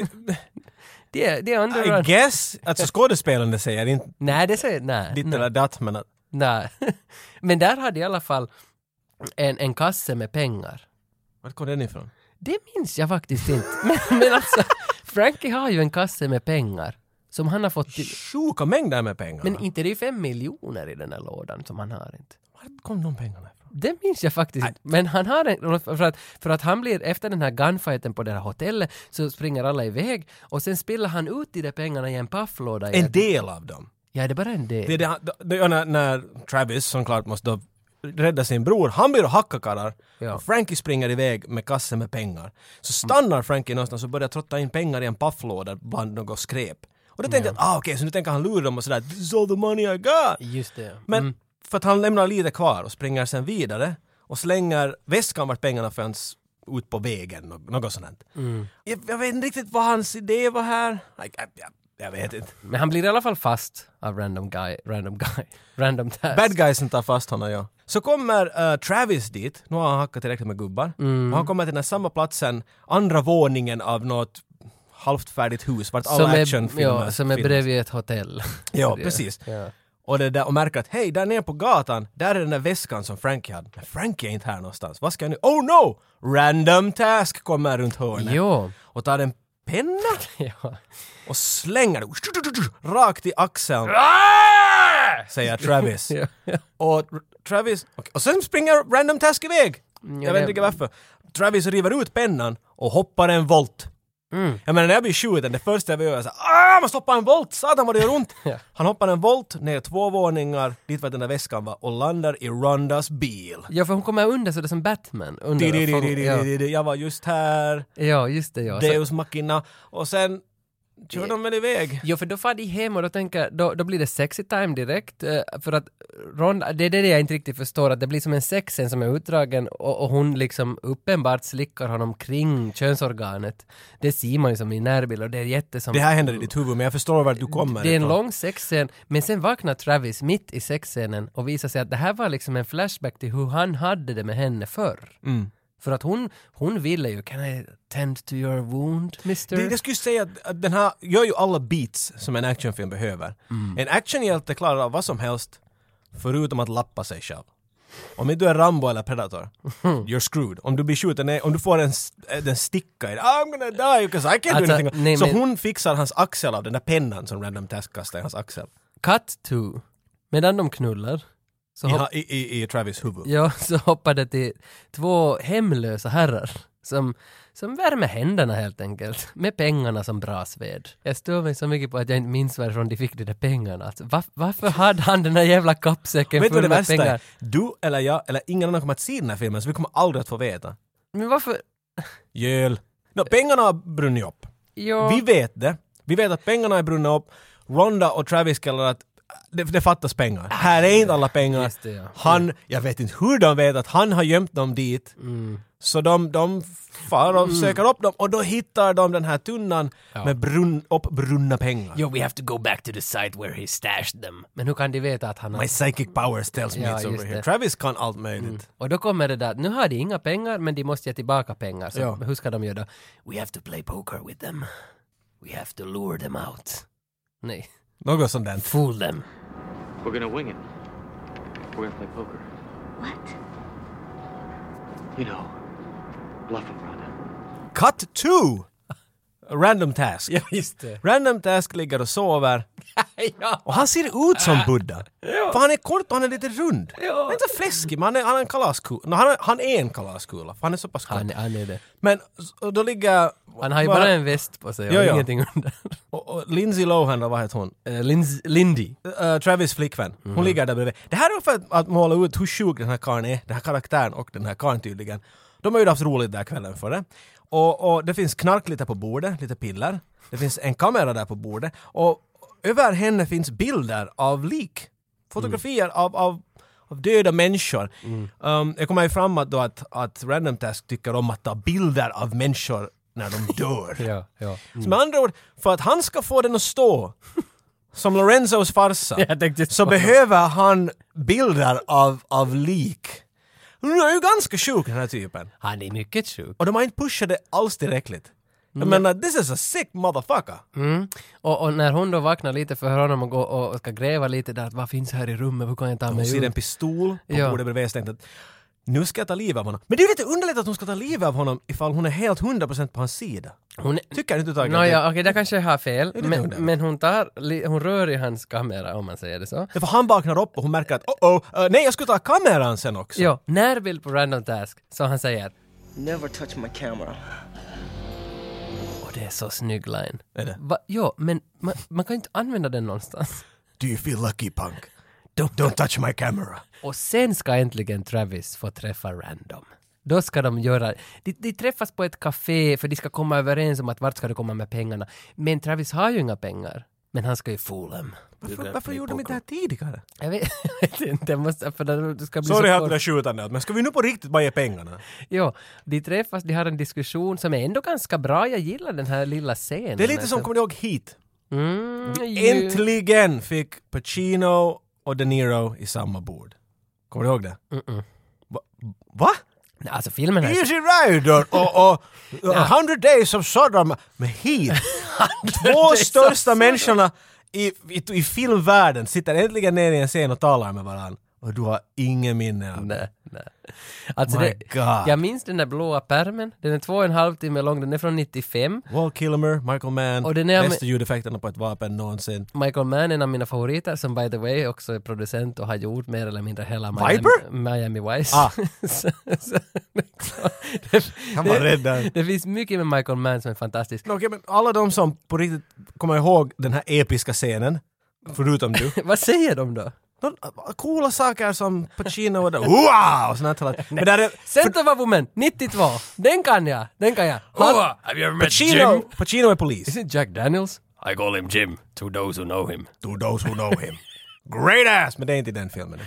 de är, de är under... I guess, alltså skådespelande säger inte nej, det säger nej. ditt nej. eller datt, men att... Nej. Men där hade i alla fall en, en kasse med pengar. Var kom den ifrån? Det minns jag faktiskt inte. Men, men alltså, Frankie har ju en kasse med pengar som han har fått till... Sjuka mängder med pengar. Men inte det är fem miljoner i den här lådan som han har inte. Var kom de pengarna ifrån? Det minns jag faktiskt inte. Men han har en... För att, för att han blir... Efter den här gunfighten på det här hotellet så springer alla iväg och sen spiller han ut de där pengarna i en pafflåda. En del av dem. Ja, det är bara en del. Det är det, det, det, när, när Travis, som klart måste då rädda sin bror, han blir och hacka karlar. Ja. Och Frankie springer iväg med kassen med pengar. Så stannar Frankie någonstans och börjar trotta in pengar i en pafflåda bland något skräp. Och då tänkte jag, ah okej, okay, så nu tänker han lura dem och sådär, this is all the money I got. Just det. Men Mm. för att han lämnar lite kvar och springer sen vidare och slänger väskan vart pengarna fanns ut på vägen, något sånt. Mm. Jag, jag vet inte riktigt vad hans idé var här. Jag, jag, jag, jag vet inte. Men han blir i alla fall fast av random guy, random guy, random task. Bad guysen tar fast honom, ja. Så kommer uh, Travis dit, nu har han hackat tillräckligt med gubbar. Mm. Och han kommer till den här samma platsen, andra våningen av något halvt färdigt hus, vart alla actionfilmer ja, som är bredvid ett hotell. Ja, precis. Ja. Och, det där, och märker att hej, där nere på gatan, där är den där väskan som Frankie hade. Men Frankie är inte här någonstans. Vad ska jag nu? Oh no! Random task kommer runt hörnet. Jo. Och tar en penna ja. och slänger det rakt i axeln. Säger Travis. ja, ja. Och Travis... Okay. Och sen springer Random Task iväg. Ja, jag vet inte varför. Travis river ut pennan och hoppar en volt. Mm. Jag menar, när jag blir skjuten, det första jag vill göra är såhär, ah, man stoppar en volt, satan vad det gör ont. ja. Han hoppar en volt ner två våningar, dit var den där väskan var, och landar i Rondas bil. Ja, för hon kommer under så det är som Batman. Under di, di, di, di, di, di, di. Jag var just här. Ja, just det, ja. Deus Machina. Och sen kör de väl iväg? Jo, för då far de hem och då tänker då, då blir det sexy time direkt. För att Ronda, det är det jag inte riktigt förstår, att det blir som en sexscen som är utdragen och, och hon liksom uppenbart slickar honom kring könsorganet. Det ser man ju som i närbild och det är jätte som... Det här händer i ditt huvud, men jag förstår vart du kommer. Det är en lång sexscen, men sen vaknar Travis mitt i sexscenen och visar sig att det här var liksom en flashback till hur han hade det med henne förr. Mm. För att hon, hon ville ju, can I tend to your wound, mister? Det, jag skulle säga att, att den här gör ju alla beats som en actionfilm behöver. Mm. En actionhjälte klarar av vad som helst förutom att lappa sig själv. Om inte du är Rambo eller Predator, you're screwed. Om du blir skjuten, om du får en, en sticka i I'm gonna die because I can't alltså, do anything. Nej, så men... hon fixar hans axel av den där pennan som Random Task kastar i hans axel. Cut to, medan de knullar. Så hopp- I, i, I Travis huvud. Ja, så hoppade till två hemlösa herrar som, som värmer händerna helt enkelt. Med pengarna som brasved. Jag stod mig så mycket på att jag inte minns varifrån de fick de där pengarna. Alltså, var, varför hade han den där jävla kappsäcken full med med pengar? Är? Du eller jag eller ingen annan kommer att se den här filmen så vi kommer aldrig att få veta. Men varför? Jöl. No, pengarna har brunnit upp. Jo. Vi vet det. Vi vet att pengarna är brunnit upp. Ronda och Travis kallar att Det, det fattas pengar. Här är inte alla pengar. Det, ja. Han, jag vet inte hur de vet att han har gömt dem dit. Mm. Så de, de far och mm. söker upp dem och då hittar de den här tunnan ja. med brunn, uppbrunna pengar. Jo, we have to go back to the site where he stashed them. Men hur kan de veta att han har... My psychic powers tells me ja, it's over here. Travis kan allt möjligt. Mm. Och då kommer det där, nu har de inga pengar men de måste ge tillbaka pengar. Så ja. hur ska de göra då? We have to play poker with them. We have to lure them out. Nej. Något sånt där. Fool them. We're gonna wing it. We're gonna play poker. What? You know, bluff him, Rhonda. Cut two! Random Task. Ja, just det. Random Task ligger och sover. ja. Och han ser ut som Buddha. Ja. För han är kort och han är lite rund. Ja. Han är inte så fläskig, men han är, han är en kalaskula. No, han, är, han är en kalaskula, för han är så pass kort. Han, han är det. Men då ligger... Han har ju bara, bara en väst på sig och jo, ingenting jo. under. Och, och Lindsay Lohan, då, vad heter hon? Uh, Linds, Lindy. Uh, Travis flickvän. Hon mm. ligger där bredvid. Det här är för att, att måla ut hur sjuk den här karln är. Den här karaktären och den här karln tydligen. De har ju haft roligt där kvällen för det. Och, och det finns knark lite på bordet, lite piller. Det finns en kamera där på bordet. Och över henne finns bilder av lik. Fotografier mm. av, av, av döda människor. Mm. Um, jag kommer ju fram att, då att, att Random Task tycker om att ta bilder av människor när de dör. ja, ja. Mm. Så med andra ord, för att han ska få den att stå som Lorenzos farsa Jag tänkte så på- behöver han bilder av, av lik. Han är ju ganska sjuk den här typen. Han är mycket sjuk. Och de har inte pushat det alls tillräckligt. Jag menar, this is a sick motherfucker. Mm. Och, och när hon då vaknar lite för honom och, går och ska gräva lite där, vad finns här i rummet, hur kan jag ta Hon mig ser ut? en pistol på Ja. bordet bredvid och tänkte att nu ska jag ta livet av honom. Men det är ju lite underligt att hon ska ta livet av honom ifall hon är helt hundra procent på hans sida. Hon, Tycker inte du Tage? Nåja, okej, okay, där kanske jag har fel. det Men, nog det. men hon, tar, li- hon rör i hans kamera, om man säger det så. Det för han vaknar upp och hon märker att oh, oh uh, nej jag skulle ta kameran sen också. Jo, när Bill på Random Task, så han säger, Never touch my camera. och det är så snygg line. Är det? Va? Jo, men man, man kan inte använda den någonstans. Do you feel lucky punk? Don't, Don't touch my camera. Och sen ska äntligen Travis få träffa Random. Då ska de göra... De, de träffas på ett café för de ska komma överens om att vart ska de komma med pengarna. Men Travis har ju inga pengar. Men han ska ju fool dem. Varför, varför gjorde de inte det här tidigare? Jag vet, jag vet inte, jag måste... För det, det ska bli Sorry så att kort. det är skjutande, men ska vi nu på riktigt bara ge pengarna? Jo, de träffas, de har en diskussion som är ändå ganska bra. Jag gillar den här lilla scenen. Det är lite alltså. som, kommer du ihåg, Heat? Mm, ju- Äntligen fick Pacino och De Niro i samma bord. Kommer du ihåg det? Mm-mm. Va? Va? Nej, alltså filmen här... Easy Rider och, och A hundred days of Sodom med Heat. Två days of största Sodom. människorna i, i, i filmvärlden sitter äntligen ner i en scen och talar med varandra. Och du har ingen minne av det. Nej, nej. Alltså My det, God. jag minns den där blåa pärmen. Den är två och en halv timme lång. Den är från nittiofem. Val Kilmer, Michael Mann, Och den är- bästa ljudeffekterna på ett vapen någonsin. Michael Mann är en av mina favoriter som by the way också är producent och har gjort mer eller mindre hela Miami, Viper? Miami Vice. Ah. så, så, det, Han var det, rädd där. det finns mycket med Michael Mann som är fantastiskt. Okej, men alla de som på riktigt kommer ihåg den här episka scenen, förutom du. Vad säger de då? De, coola saker som Pacino och det. Wow! Och sånt här. Men där är, Scent of a Woman, nittiotvå. Den kan jag. Den kan jag. Han, have you ever Pacino, Pacino är polis. Is it Jack Daniels? I call him Jim, to those who know him. To those who know him. Great ass! Men det är inte i den filmen.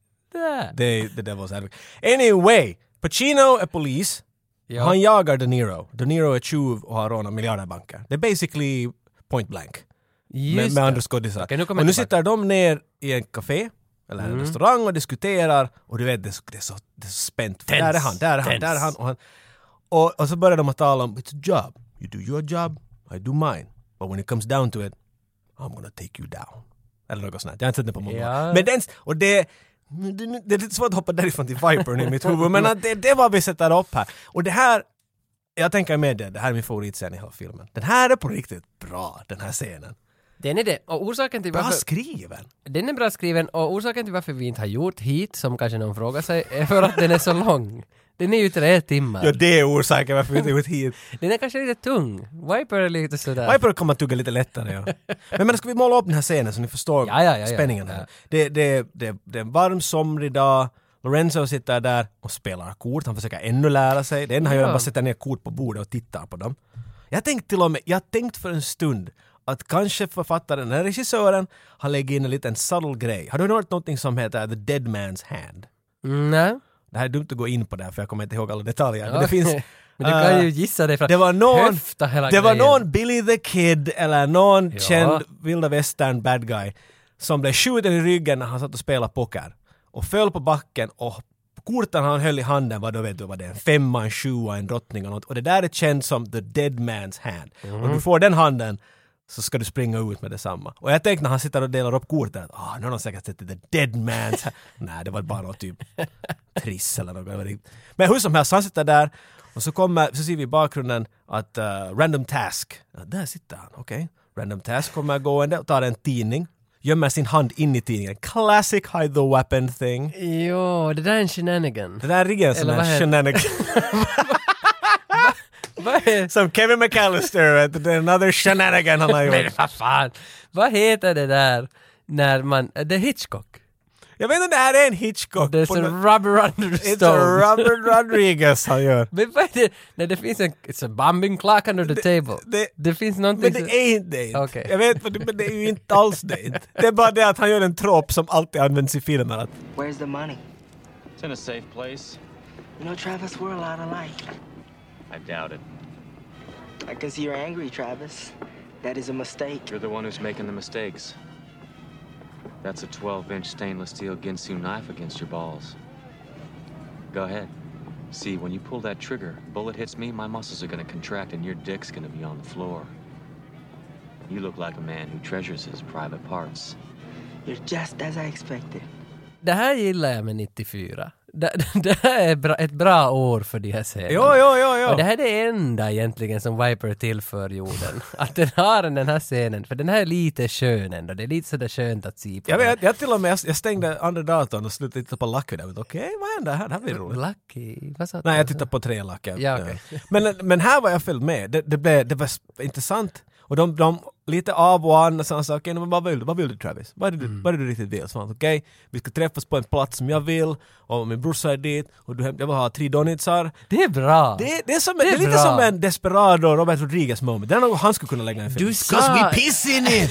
Där. Det är The Devil's Advocate. Anyway, Pacino är polis. Ja. Han jagar De Niro. De Niro är tjuv och har rånat miljardbanker. Det är basically point blank. Just Med, med det. andra skådisar. Okej, nu kommer och nu jag tillbaka. sitter de ner i en café eller en restaurang och diskuterar och du vet det är så, det är så, det är så spänt. För där är han, där är han, där är han. Och, han och, och så börjar de att tala om it's a job. You do your job, I do mine. But when it comes down to it, I'm gonna take you down. Eller något sånt. Jag har inte sett det på många Ja. år. Men den, och det, det, det är lite svårt att hoppa därifrån till Vipern i mitt huvud. Men att det, det var vi sätter upp här. Och det här, jag tänker med det, det här är min favoritscen i hela filmen. Den här är på riktigt bra, den här scenen. Den är det. Och orsaken till Bra varför... skriven. Den är bra skriven och orsaken till varför vi inte har gjort hit, som kanske någon frågar sig, är för att den är så lång. Den är ju tre timmar. Ja, det är orsaken varför vi inte gjort hit. Den är kanske lite tung. Viper är lite sådär. Viper kommer att tugga lite lättare, ja. Men, men ska vi måla upp den här scenen så ni förstår Ja, ja, ja, ja. spänningen här. Ja. Det, det, det, det är en varm somrig dag. Lorenzo sitter där och spelar kort. Han försöker ännu lära sig. Det enda han gör är Ja. att bara sätta ner kort på bordet och tittar på dem. Jag tänkte till och med, jag tänkte för en stund att kanske författaren, den här regissören, har lägger in en liten subtle grej. Har du hört någonting som heter The Dead Man's Hand? Mm, nej. Det här är dumt att gå in på det för jag kommer inte ihåg alla detaljer. Men det finns... Men du kan äh, ju gissa det för att det var någon, höfta hela det var grejen. någon Billy the Kid eller någon Ja. känd vilda västern bad guy som blev skjuten i ryggen när han satt och spelade poker och föll på backen och korten han höll i handen var då vet du vad det är, en femma, en sjua, en drottning och något. Och det där är känt som the dead man's hand. Mm. Och du får den handen så ska du springa ut med detsamma. Och jag tänkte när han sitter och delar upp korten att ah, nu har de säkert sett the dead man's hand. Nej, det var bara något typ triss eller något. Men hur som helst, han sitter där och så kommer, så ser vi i bakgrunden att uh, Random Task, ja, där sitter han, okej. Okay. Random Task kommer gående och tar en tidning, gömmer sin hand in i tidningen. Classic hide the weapon thing. Jo, det där är en shenanigan. Det där är en sån Eller vad här heter- shenanigan. Vad är... Som Kevin McAllister, vet du, det är another shenanigan han har Men gjort. vad fan. Vad heter det där när man... Det är Hitchcock. Jag vet inte om det här är en Hitchcock. There's på a nå- rubber under the It's a stone. Robert Rodriguez han gör. Men vad är det? Nej, det finns en... It's a bombing clock under the table. det- det finns någonting... Men det är inte det. Inte. Okej. Jag vet, men det är ju inte alls det. Inte. Det är bara det att han gör en trop som alltid används i filmer. Att Where's the money? It's in a safe place. You know, Travis, we're a lot alike. I doubt it. I can see you're angry, Travis. That is a mistake. You're the one who's making the mistakes. That's a twelve-inch stainless steel Ginsu knife against your balls. Go ahead. See, when you pull that trigger, bullet hits me, my muscles are gonna contract and your dick's gonna be on the floor. You look like a man who treasures his private parts. You're just as I expected. Det här gillar jag med nittiofyra. Det, det här är bra, ett bra år för de här scenerna. Jo, jo, jo, jo. Och det här är det enda egentligen som Viper tillför jorden. Att den har den här scenen, för den här är lite skön ändå. Det är lite sådär skönt att se på. Jag, vet, jag till och med, jag stängde andra datorn och slutade titta på Lucky där. Okej, okay, vad händer här? Det här blir roligt. Lucky? Vad sa du? Nej, jag tittade på tre Lucky. Ja, okay. men, men här var jag fylld med. Det, det, blev, det var intressant. Och de, de lite av och an och så sa okej, men vad vill du? Vad vill du, Travis? Vad är det du, mm. vad är det du riktigt vill? Så han okej, okay, vi ska träffas på en plats som jag vill och min brorsa är dit och du, jag vill ha tre donitsar. Det är bra. Det, det, är, som, det är, det är lite som en Desperado Robert Rodriguez moment. Det är något han skulle kunna lägga en film. Du sa... Because we piss in it!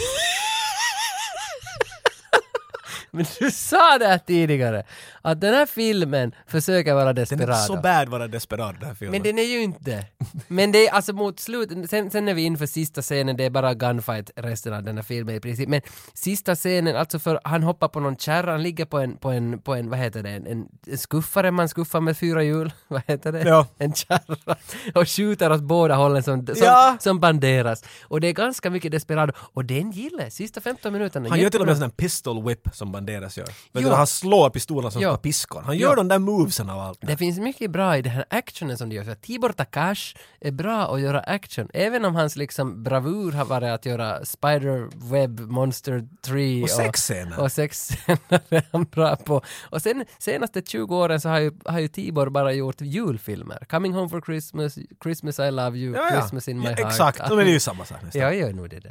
Men du sa det här tidigare, att den här filmen försöker vara Desperado. Den är så bad vara Desperado, den här filmen. Men den är ju inte. Men det är alltså mot slutet, sen, sen är vi inför sista scenen, det är bara gunfight resten av den här filmen i princip. Men sista scenen, alltså för han hoppar på någon kärra, han ligger på en, på en, på en vad heter det, en, en skuffare, man skuffar med fyra hjul, vad heter det? Ja. En kärra. Och skjuter åt båda hållen som, som, ja. som banderas. Och det är ganska mycket Desperado. Och den gillar, sista femton minuterna. Han gör till och med en sån här pistol whip som banderas gör. Men då han slår pistolen som ska piskor. Han gör jo. de där movesen av allt. Det finns mycket bra i den här actionen som de gör. Så Tibor Takash är bra att göra action. Även om hans liksom bravur har varit att göra Spider-Web, Monster tre och sexscener. Och, och sexscener är han bra på. Och sen senaste tjugo åren så har ju, har ju Tibor bara gjort julfilmer. Coming Home for Christmas, Christmas I Love You, ja, ja. Christmas in My ja, Heart. Exakt, de är ju samma sak nästan. Ja, jag gör nog det där.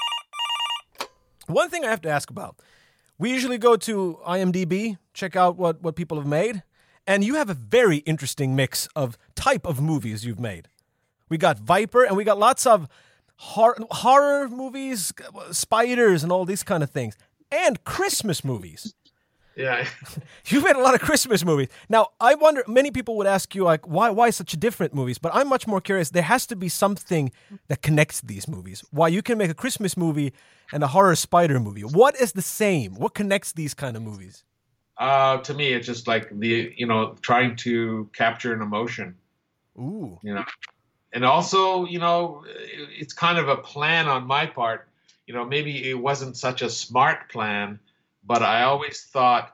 One thing I have to ask about. We usually go to I M D B, check out what, what people have made, and you have a very interesting mix of type of movies you've made. We got Viper, and we got lots of hor- horror movies, spiders, and all these kind of things, and Christmas movies. Yeah. You've made a lot of Christmas movies. Now, I wonder, many people would ask you, like, why why such different movies? But I'm much more curious. There has to be something that connects these movies. Why you can make a Christmas movie and a horror spider movie. What is the same? What connects these kind of movies? Uh, to me, it's just like the, you know, trying to capture an emotion. Ooh. You know, and also, you know, it's kind of a plan on my part. You know, maybe it wasn't such a smart plan, but I always thought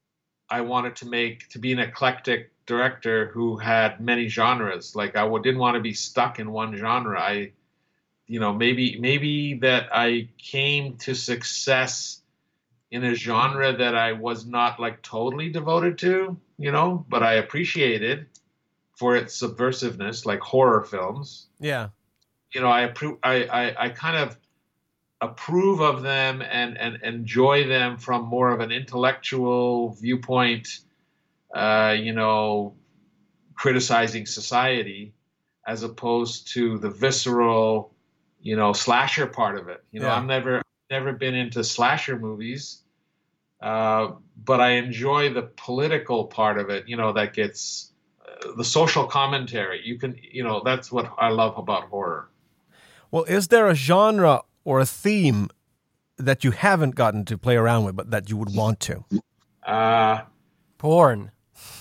I wanted to make, to be an eclectic director who had many genres. Like I didn't want to be stuck in one genre. I, you know, maybe, maybe that I came to success in a genre that I was not like totally devoted to, you know, but I appreciated for its subversiveness, like horror films. Yeah. You know, I approve, I, I, I kind of, approve of them and, and enjoy them from more of an intellectual viewpoint, uh, you know, criticizing society as opposed to the visceral, you know, slasher part of it. You know, yeah. I've never, never been into slasher movies, uh, but I enjoy the political part of it, you know, that gets uh, the social commentary. You can, you know, that's what I love about horror. Well, is there a genre or a theme that you haven't gotten to play around with, but that you would want to? Uh, porn.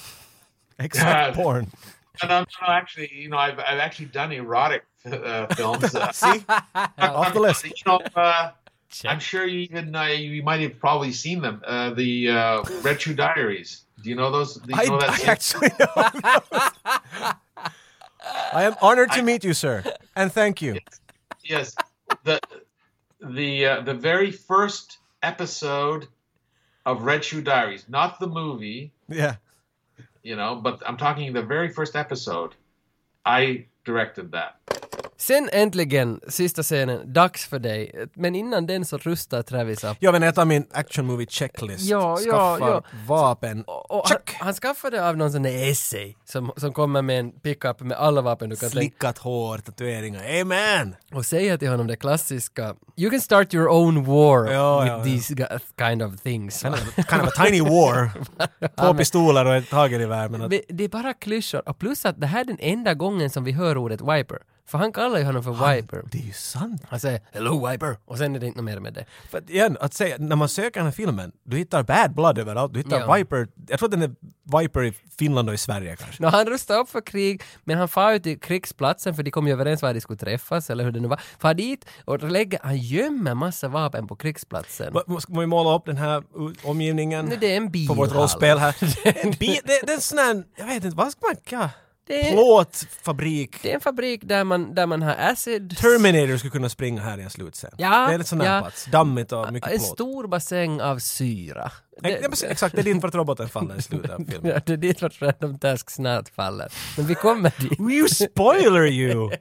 Except uh, porn. No, no, no, actually, you know, I've I've actually done erotic uh, films. Uh, See, off the list. You know, uh, I'm sure you even uh, you might have probably seen them. Uh, the uh, Red Shoe Diaries. Do you know those? Do you I, know that I actually know those. I am honored to I, meet you, sir, and thank you. Yes, the the uh, the very first episode of Red Shoe Diaries, not the movie. Yeah. You know, but I'm talking the very first episode. I directed that. Sen äntligen, sista scenen, dags för dig. Men innan den så rustar Travis upp. Ja, men jag tar min action movie checklist. Ja, Skaffa ja, ja. vapen. Och, och han, han skaffade av någon sån där essay som, som kommer med en pickup med alla vapen du kan tänka. Slickat hår, tatueringar. Amen! Och säga till honom det klassiska. You can start your own war ja, with ja, ja. these kind of things. Kind of, kind of a tiny war. Två pistoler och ett hagelgevär. Men att... Det är bara klyschor. Och plus att det här är den enda gången som vi hör ordet Viper. För han kallar ju honom för Han, Viper. det är ju sant. Han säger hello Viper och sen är det inte mer med det. För att, igen, att säga, när man söker den här filmen, du hittar Bad Blood överallt. Du hittar Ja. Viper. Jag tror att den är Viper i Finland och i Sverige kanske. No, han rustar upp för krig, men han far ut till krigsplatsen för de kom ju överens var de skulle träffas eller hur det nu var. Far dit och lägger, han gömmer massa vapen på krigsplatsen. Va- Ska vi måla upp den här uh, omgivningen? Nu, det är en På vårt bilhall. rollspel här. en bil, det, det är en sån här, jag vet inte, vad ska man kalla? Det är- Plåtfabrik. Det är en fabrik där man, där man har acid. Terminator skulle kunna springa här i en slutscen. Ja, det är en sån här ja. plats. Dammigt och mycket En plåt. stor bassäng av syra. Ja, precis, exakt, det är dit för att roboten faller i slutet av filmen. Ja, det är dit vart Random Task snart faller. Men vi kommer dit. You spoiler you!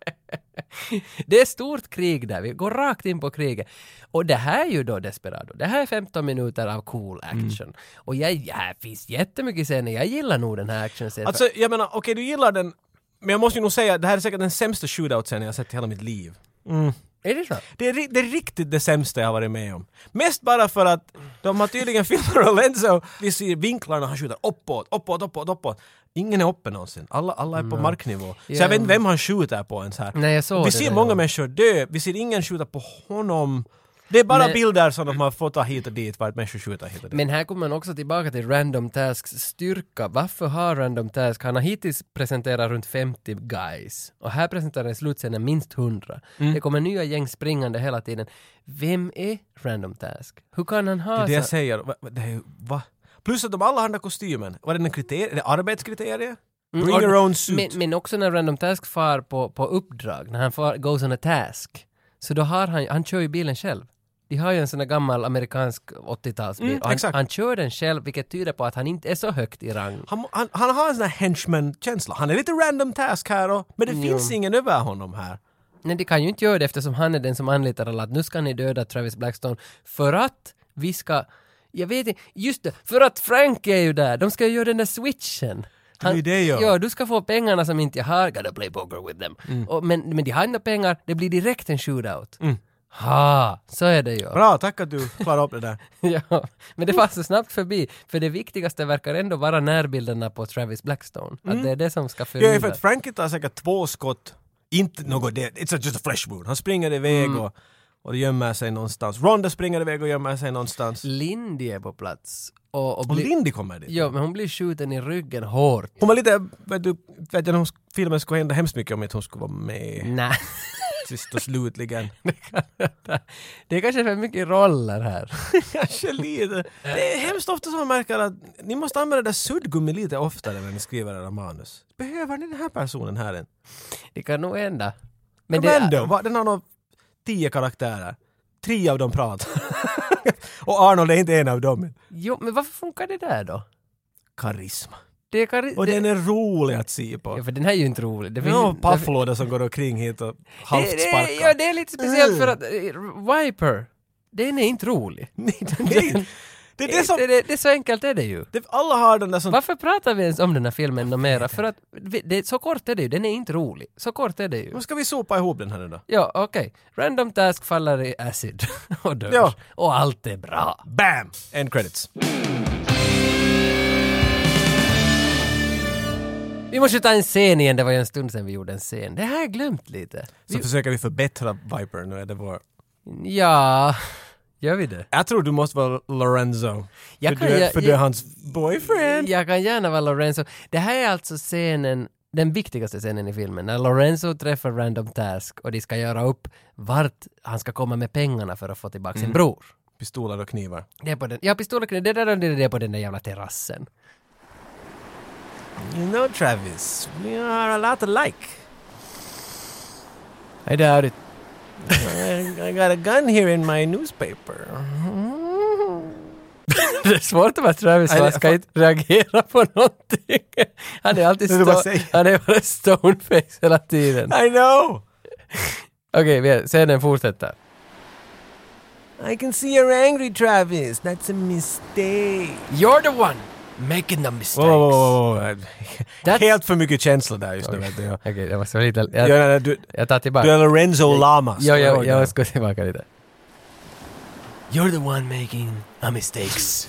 Det är stort krig där, vi går rakt in på kriget. Och det här är ju då Desperado. Det här är femton minuter av cool action. Mm. Och jag, ja, det finns jättemycket scener, jag gillar nog den här actionscenen. Alltså, jag menar, okej, du gillar den, men jag måste ju nog säga att det här är säkert den sämsta shootout-scenen jag har sett i hela mitt liv. Mm. Är det så? Det är, ri- det är riktigt det sämsta jag har varit med om. Mest bara för att de har tydligen filmat Lorenzo. Vi ser vinklarna, han skjuter uppåt, uppåt, uppåt, uppåt. Ingen är uppe någonsin. Alla, alla är på marknivå. Så Ja. jag vet inte vem han skjuter på ens här. Nej, jag såg vi det ser där, många ja. människor dö. Vi ser ingen skjuta på honom. Det är bara Men- bilder som de har fotat hit och dit vart människor skjuter hit och dit. Men här kommer man också tillbaka till Random Tasks styrka. Varför har Random Task, han har hittills presenterat runt femtio guys. Och här presenterar i slutscenen minst hundra. Mm. Det kommer nya gäng springande hela tiden. Vem är Random Task? Hur kan han ha Det är det jag så... säger. Va, va, det är, va? Plus att de alla har den där kostymen. Vad är det en kriterie? Är det arbetskriterier? Mm, Bring och- your own suit. Men, men också när Random Task far på, på uppdrag, när han far, goes on a task. Så då har han, han kör ju bilen själv. De har ju en sån där gammal amerikansk åttiotalsbil. Mm, och han, exakt. han kör den själv, vilket tyder på att han inte är så högt i rang. Han, han, han har en sån här henchman-känsla. Han är lite random task här och, men det Jo. finns ingen över honom här. Nej, det kan ju inte göra det eftersom han är den som anlitar alla att nu ska ni döda Travis Blackstone för att vi ska, jag vet inte, just det, för att Frank är ju där, de ska ju göra den där switchen. Det är ju det, ja. Ja, du ska få pengarna som inte jag har, gotta play poker with them. Mm. Och, men, men de har inte pengar, det blir direkt en shootout. Ha, så är det ju. Bra, tack att du klarar upp det där. Ja, men det var så snabbt förbi, för det viktigaste verkar ändå vara närbilderna på Travis Blackstone. Att det är det som ska Ja, förmedla. för att Frankie tar säkert två skott. Inte något det. It's a, just a flesh wound. Han springer iväg Mm. och, och gömmer sig någonstans. Ronda springer iväg och gömmer sig någonstans. Lindy är på plats. Och, och, Och blir- Lindy kommer dit. Ja, men hon blir skjuten i ryggen hårt. Hon var lite, vet du, vet jag, om filmen skulle hända hemskt mycket om inte hon skulle vara med. Nej. Sist och slutligen. Det är kanske för mycket roller här. Kanske lite. Det är hemskt ofta som man märker att ni måste använda det där suddgummi lite oftare när ni skriver era manus. Behöver ni den här personen här än? Det kan nog hända. Men det ändå, va, den har nog tio karaktärer. Tre av dem pratar. Och Arnold är inte en av dem. Jo, men varför funkar det där då? Karisma. Det kan, Och det, den är rolig att se på. ja, för den här är ju inte rolig. Det Det är någon pafflåda som går omkring hit och halvt det, sparkar. det, ja, det är lite speciellt för att eh, Viper, den är inte rolig. Nej, det, är- det är det som... det, det, det är så enkelt är det ju. Det, alla har den där som... Varför pratar vi ens om den här filmen och mera? För att vi- det, så kort är det ju, den är inte rolig. Så kort är det ju. Nu ska vi sopa ihop den här nu då. Ja, okej. Random Task faller i acid och dör. Ja. Och allt är bra. Bam! End credits. Vi måste ta en scen igen, det var ju en stund sedan vi gjorde en scen. Det här har jag glömt lite. Så försöker vi förbättra Viper, nu är det vår... Ja, gör vi det? Jag tror du måste vara Lorenzo. Jag för kan- du, är, jag- för du är jag- hans boyfriend. Jag kan gärna vara Lorenzo. Det här är alltså scenen, den viktigaste scenen i filmen. När Lorenzo träffar Random Task och de ska göra upp vart han ska komma med pengarna för att få tillbaka sin bror. Pistoler och knivar. Det är på den, ja, pistoler, det där och det är på den där jävla terrassen. You know Travis, we are a lot alike. I doubt it. I, I got a gun here in my newspaper. Det är svårt att vara Travis, Nej, man det- ska inte reagera på någonting. Han är alltid Det är bara att sto- säga. han är bara stoneface hela tiden. I know! Okej, okay, scenen fortsätter. I can see you're angry, Travis. That's a mistake. You're the one making the mistakes. Whoa, whoa, whoa, whoa. That's- Helt för mycket känsla där just nu. Vet du. Jag, Okej, det var så lite... Jag, jag, du, jag tar tillbaka. du är Lorenzo Lamas. Jo, jo, Oj, jag ska tillbaka lite. You're the one making a mistakes.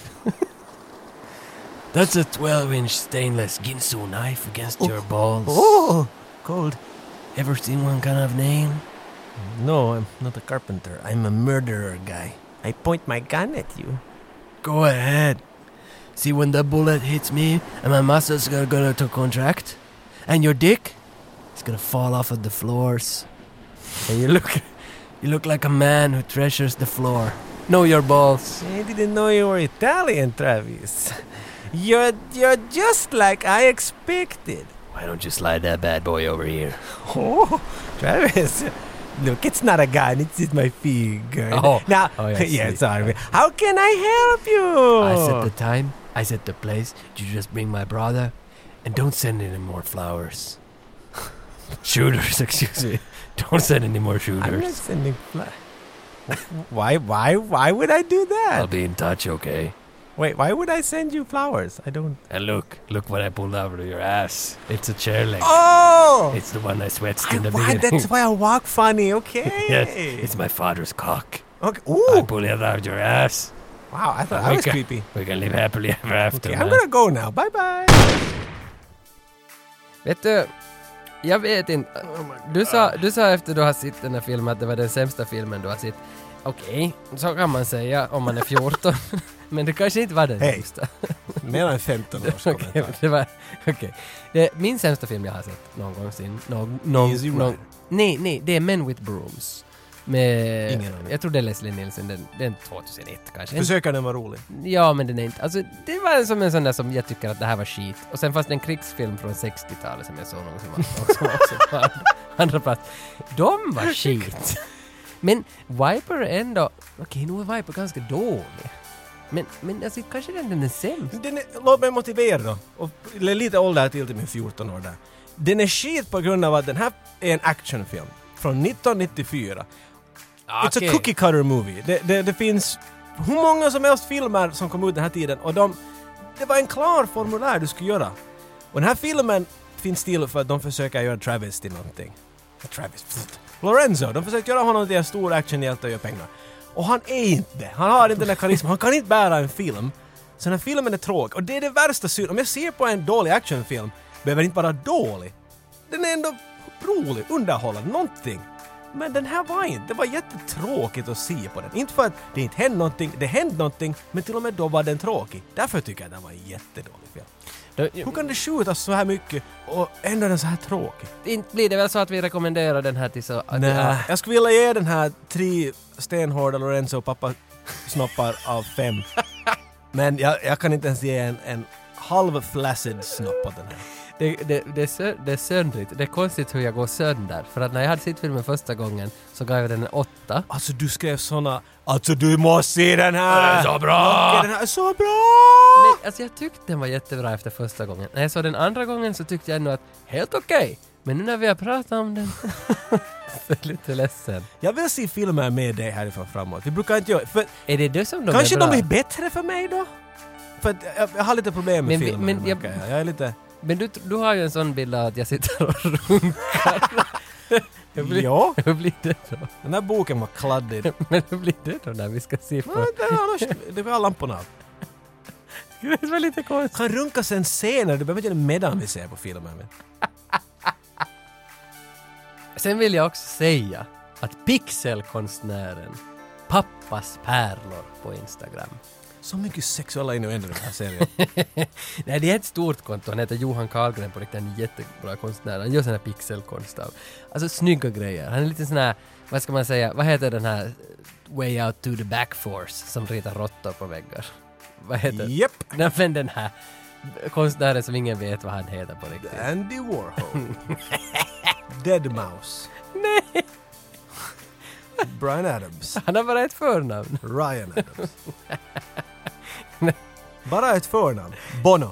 That's a twelve inch stainless Ginsu knife against your balls. Oh, cold. Ever seen one kind of name? No, I'm not a carpenter. I'm a murderer guy. I point my gun at you. Go ahead. See when the bullet hits me and my muscles are gonna to contract? And your dick? It's gonna fall off of the floors. And you look... You look like a man who treasures the floor. Know your balls. I didn't know you were Italian, Travis. You're, you're just like I expected. Why don't you slide that bad boy over here? Oh, Travis. Look, it's not a gun, it's just my figure. Oh. Now, Oh, yeah, yeah, sweet. sorry. How can I help you? I set the time. I set the place. You just bring my brother. And don't send any more flowers. Shooters, excuse me. Don't send any more I'm not shooters. sending fly. Why, why, why would I do that? I'll be in touch, okay? Wait, why would I send you flowers? I don't... And look, look what I pulled out of your ass. It's a chair leg. Oh! It's the one I switched I, in the why, beginning. that's why I walk funny, okay? Yes, it's my father's cock. Okay. I Ooh! pull it out of your ass. Wow, I thought We that was can- creepy. We can live happily ever after, Okay, man. I'm gonna go now. Bye bye. Vet du, jag vet inte. Du sa, du sa efter du har sett den här filmen att det var den sämsta filmen du har sett. Okej, så kan man säga om man är fjorton. Men det kanske inte var den Hej. sämsta. Mer än femton års Okej, kommentar. det var... Okej. Det är min sämsta film jag har sett någonsin. Någon, någon, Easy någon, Rider. nej, nej, det är Men with Brooms. Med... Ingen aning. Jag tror det är Leslie Nielsen. Den, den tjugohundraett kanske. Försöker den vara rolig. Ja, men den är inte... Alltså, det var som en sån där som jag tycker att det här var skit. Och sen fanns det en krigsfilm från sextiotalet som jag såg någon som var också, också på andra plats. De var skit. Men Viper är ändå... Okej, nu är Viper ganska dålig. Men, men alltså, kanske den, den är sämst. Den är, låt mig motivera då. Och det är lite ålder till till min fjorton år där. Den är skit på grund av att den här är en actionfilm från nittonhundranittiofyra. It's a cookie cutter movie. Det, det, det finns hur många som helst filmer som kom ut den här tiden och de, det var en klar formulär du skulle göra. Och den här filmen finns till för att de försöker göra Travis till någonting. Travis. Pst. Lorenzo, de försöker göra honom till en stor actionhjälte och göra pengar. Och han är inte det. Han har inte den här karisman. Han kan inte bära en film. Så den här filmen är tråkig. Och det är det värsta synd. Om jag ser på en dålig actionfilm behöver inte vara dålig. Den är ändå rolig, underhållande, någonting. Men den här var inte. Det var jättetråkigt att se på den. Inte för att det inte hände någonting. Det hände någonting. Men till och med då var den tråkig. Därför tycker jag att den var en jättedålig film. Hur kan det skjutas så här mycket och ändå är den så här tråkig? Inte blir det väl så att vi rekommenderar den här till så... Att, Nej, ja. jag skulle vilja ge den här tre stenhårda Lorenzo och pappa snoppar av fem. Men jag, jag kan inte ens ge en, en halv flaccid snopp på den här. Det, det, det, är sö, det är söndrigt. Det är konstigt hur jag går sönder. För att när jag hade sett filmen första gången så gav jag den en åtta. Alltså du skrev såna... Alltså du måste se den här! Den är så bra! Okej, den här är så bra! Men alltså jag tyckte den var jättebra efter första gången. När jag såg den andra gången så tyckte jag ändå att helt okej. Okay. Men nu när vi har pratat om den så är jag lite ledsen. Jag vill se filmer med dig härifrån framåt. Vi brukar inte göra... För är det det som de kanske är bra? de är bättre för mig då? För att jag, jag har lite problem med Men vi- filmer. men jag- märker jag. jag är lite... Men du, du har ju en sån bild av att jag sitter och runkar. Hur blir, Ja. hur blir det då? Den här boken var kladdig. Men hur blir det då när vi ska se på... Men det är annars... Det var lamporna av. Det var lite konstigt. Kan runka sen senare, du behöver inte göra det medan vi ser på filmen. Sen vill jag också säga att pixelkonstnären Pappas pärlor på Instagram. Så mycket sexuella innuender i den här serien. Nej, det är ett stort konto. Han heter Johan Karlgren på riktigt. En jättebra konstnär. Han gör sån här pixelkonst av. Alltså snygga grejer. Han är lite sån här, vad ska man säga, vad heter den här Way Out to the Back Force som ritar råttor på väggar? Vad heter Japp. Nej, men den här konstnären som ingen vet vad han heter på riktigt. Andy Warhol. Dead Mouse. Nej, Brian Adams. han har bara ett förnamn. Ryan Adams. Bara ett förnamn. Bono.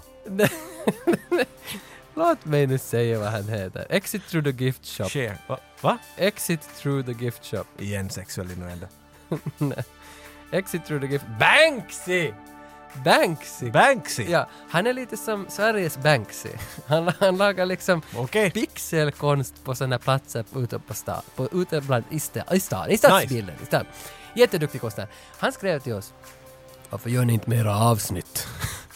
Låt mig nu säga vad han heter. Exit through the gift shop. Cher. Va? Va? Exit through the gift shop. Igen sexuell innuender. Exit through the gift... Banksy! Banksy! Banksy. Ja, han är lite som Sveriges Banksy. Han, han lagar liksom Okej. pixelkonst på sådana platser ute på stan. På, ute bland i stan. I stan. I stadsbilden. I stan. Jätteduktig konstnär. Han skrev till oss. Varför gör ni inte mera avsnitt?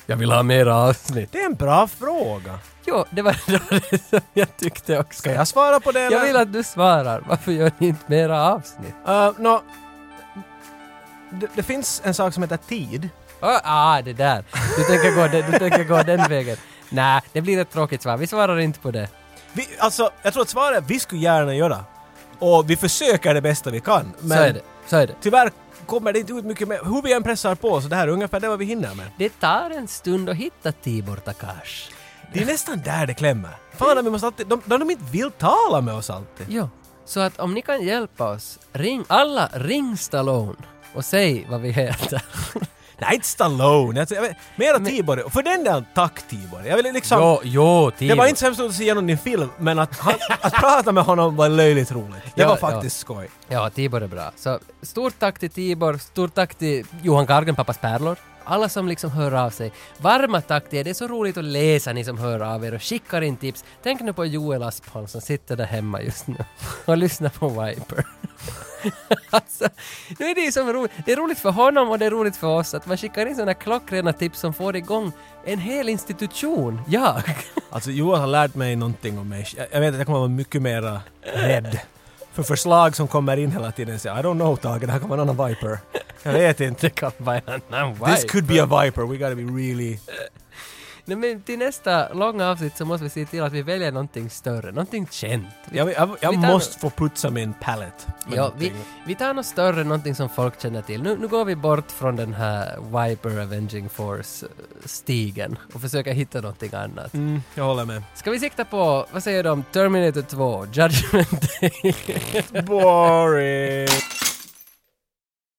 Jag vill ha mera avsnitt. Det är en bra fråga. Jo, det var det som jag tyckte också. Ska jag svara på det? Eller? Jag vill att du svarar. Varför gör ni inte mera avsnitt? Uh, no, det, det finns en sak som heter tid. Ah, ah, det där. Du tänker gå, den, du tänker gå den vägen. Nej, det blir ett tråkigt svar. Vi svarar inte på det. Vi, alltså, jag tror att svaret är vi skulle gärna göra. Och vi försöker det bästa vi kan. Men så är det. Så är det. Tyvärr kommer det inte ut mycket mer. Hur vi än pressar på så det här är ungefär det vad vi hinner med. Det tar en stund att hitta Tibor Takash. Det är nästan där det klämmer. Fan, vi måste alltid, de, de, de inte vill tala med oss alltid. Jo, så att om ni kan hjälpa oss, ring alla, ring Stallone och säg vad vi heter. Nej, inte Stallone. Jag, jag vet, mera Tibor. Och för den där, tack Tibor. Jag vill liksom... Jo, jo, Tibor. Det var inte så hemskt att se igenom din film, men att, han, att prata med honom var löjligt roligt. Det Ja, var faktiskt ja. skoj. Ja, Tibor är bra. Så stort tack till Tibor, stort tack till Johan Kargen, pappas pärlor. Alla som liksom hör av sig. Varma tack till er. Det är så roligt att läsa ni som hör av er och skickar in tips. Tänk nu på Joel Aspholm som sitter där hemma just nu och lyssnar på Viper. Alltså, nu är det ju som roligt. Det är roligt för honom och det är roligt för oss att man skickar in sådana klockrena tips som får igång en hel institution. Jag. Alltså Joel har lärt mig någonting om mig. Jag, jag vet att jag kommer vara mycket mer rädd för förslag som kommer in hela tiden. Så I don't know, Tage, det här kommer en annan Viper. Jag vet inte. Det kan vara en annan Viper. This could be a Viper. We gotta be really... Nej, men till nästa långa avsnitt så måste vi se till att vi väljer någonting större, någonting känt. Vi, Jag, jag, jag vi tar måste no- få putsa min palette. med Ja, någonting. vi, vi tar något större, någonting som folk känner till. Nu, nu går vi bort från den här Viper Avenging Force-stigen och försöker hitta någonting annat. Mm, jag håller med. Ska vi sikta på, vad säger de, Terminator två, Judgment Day? Boring!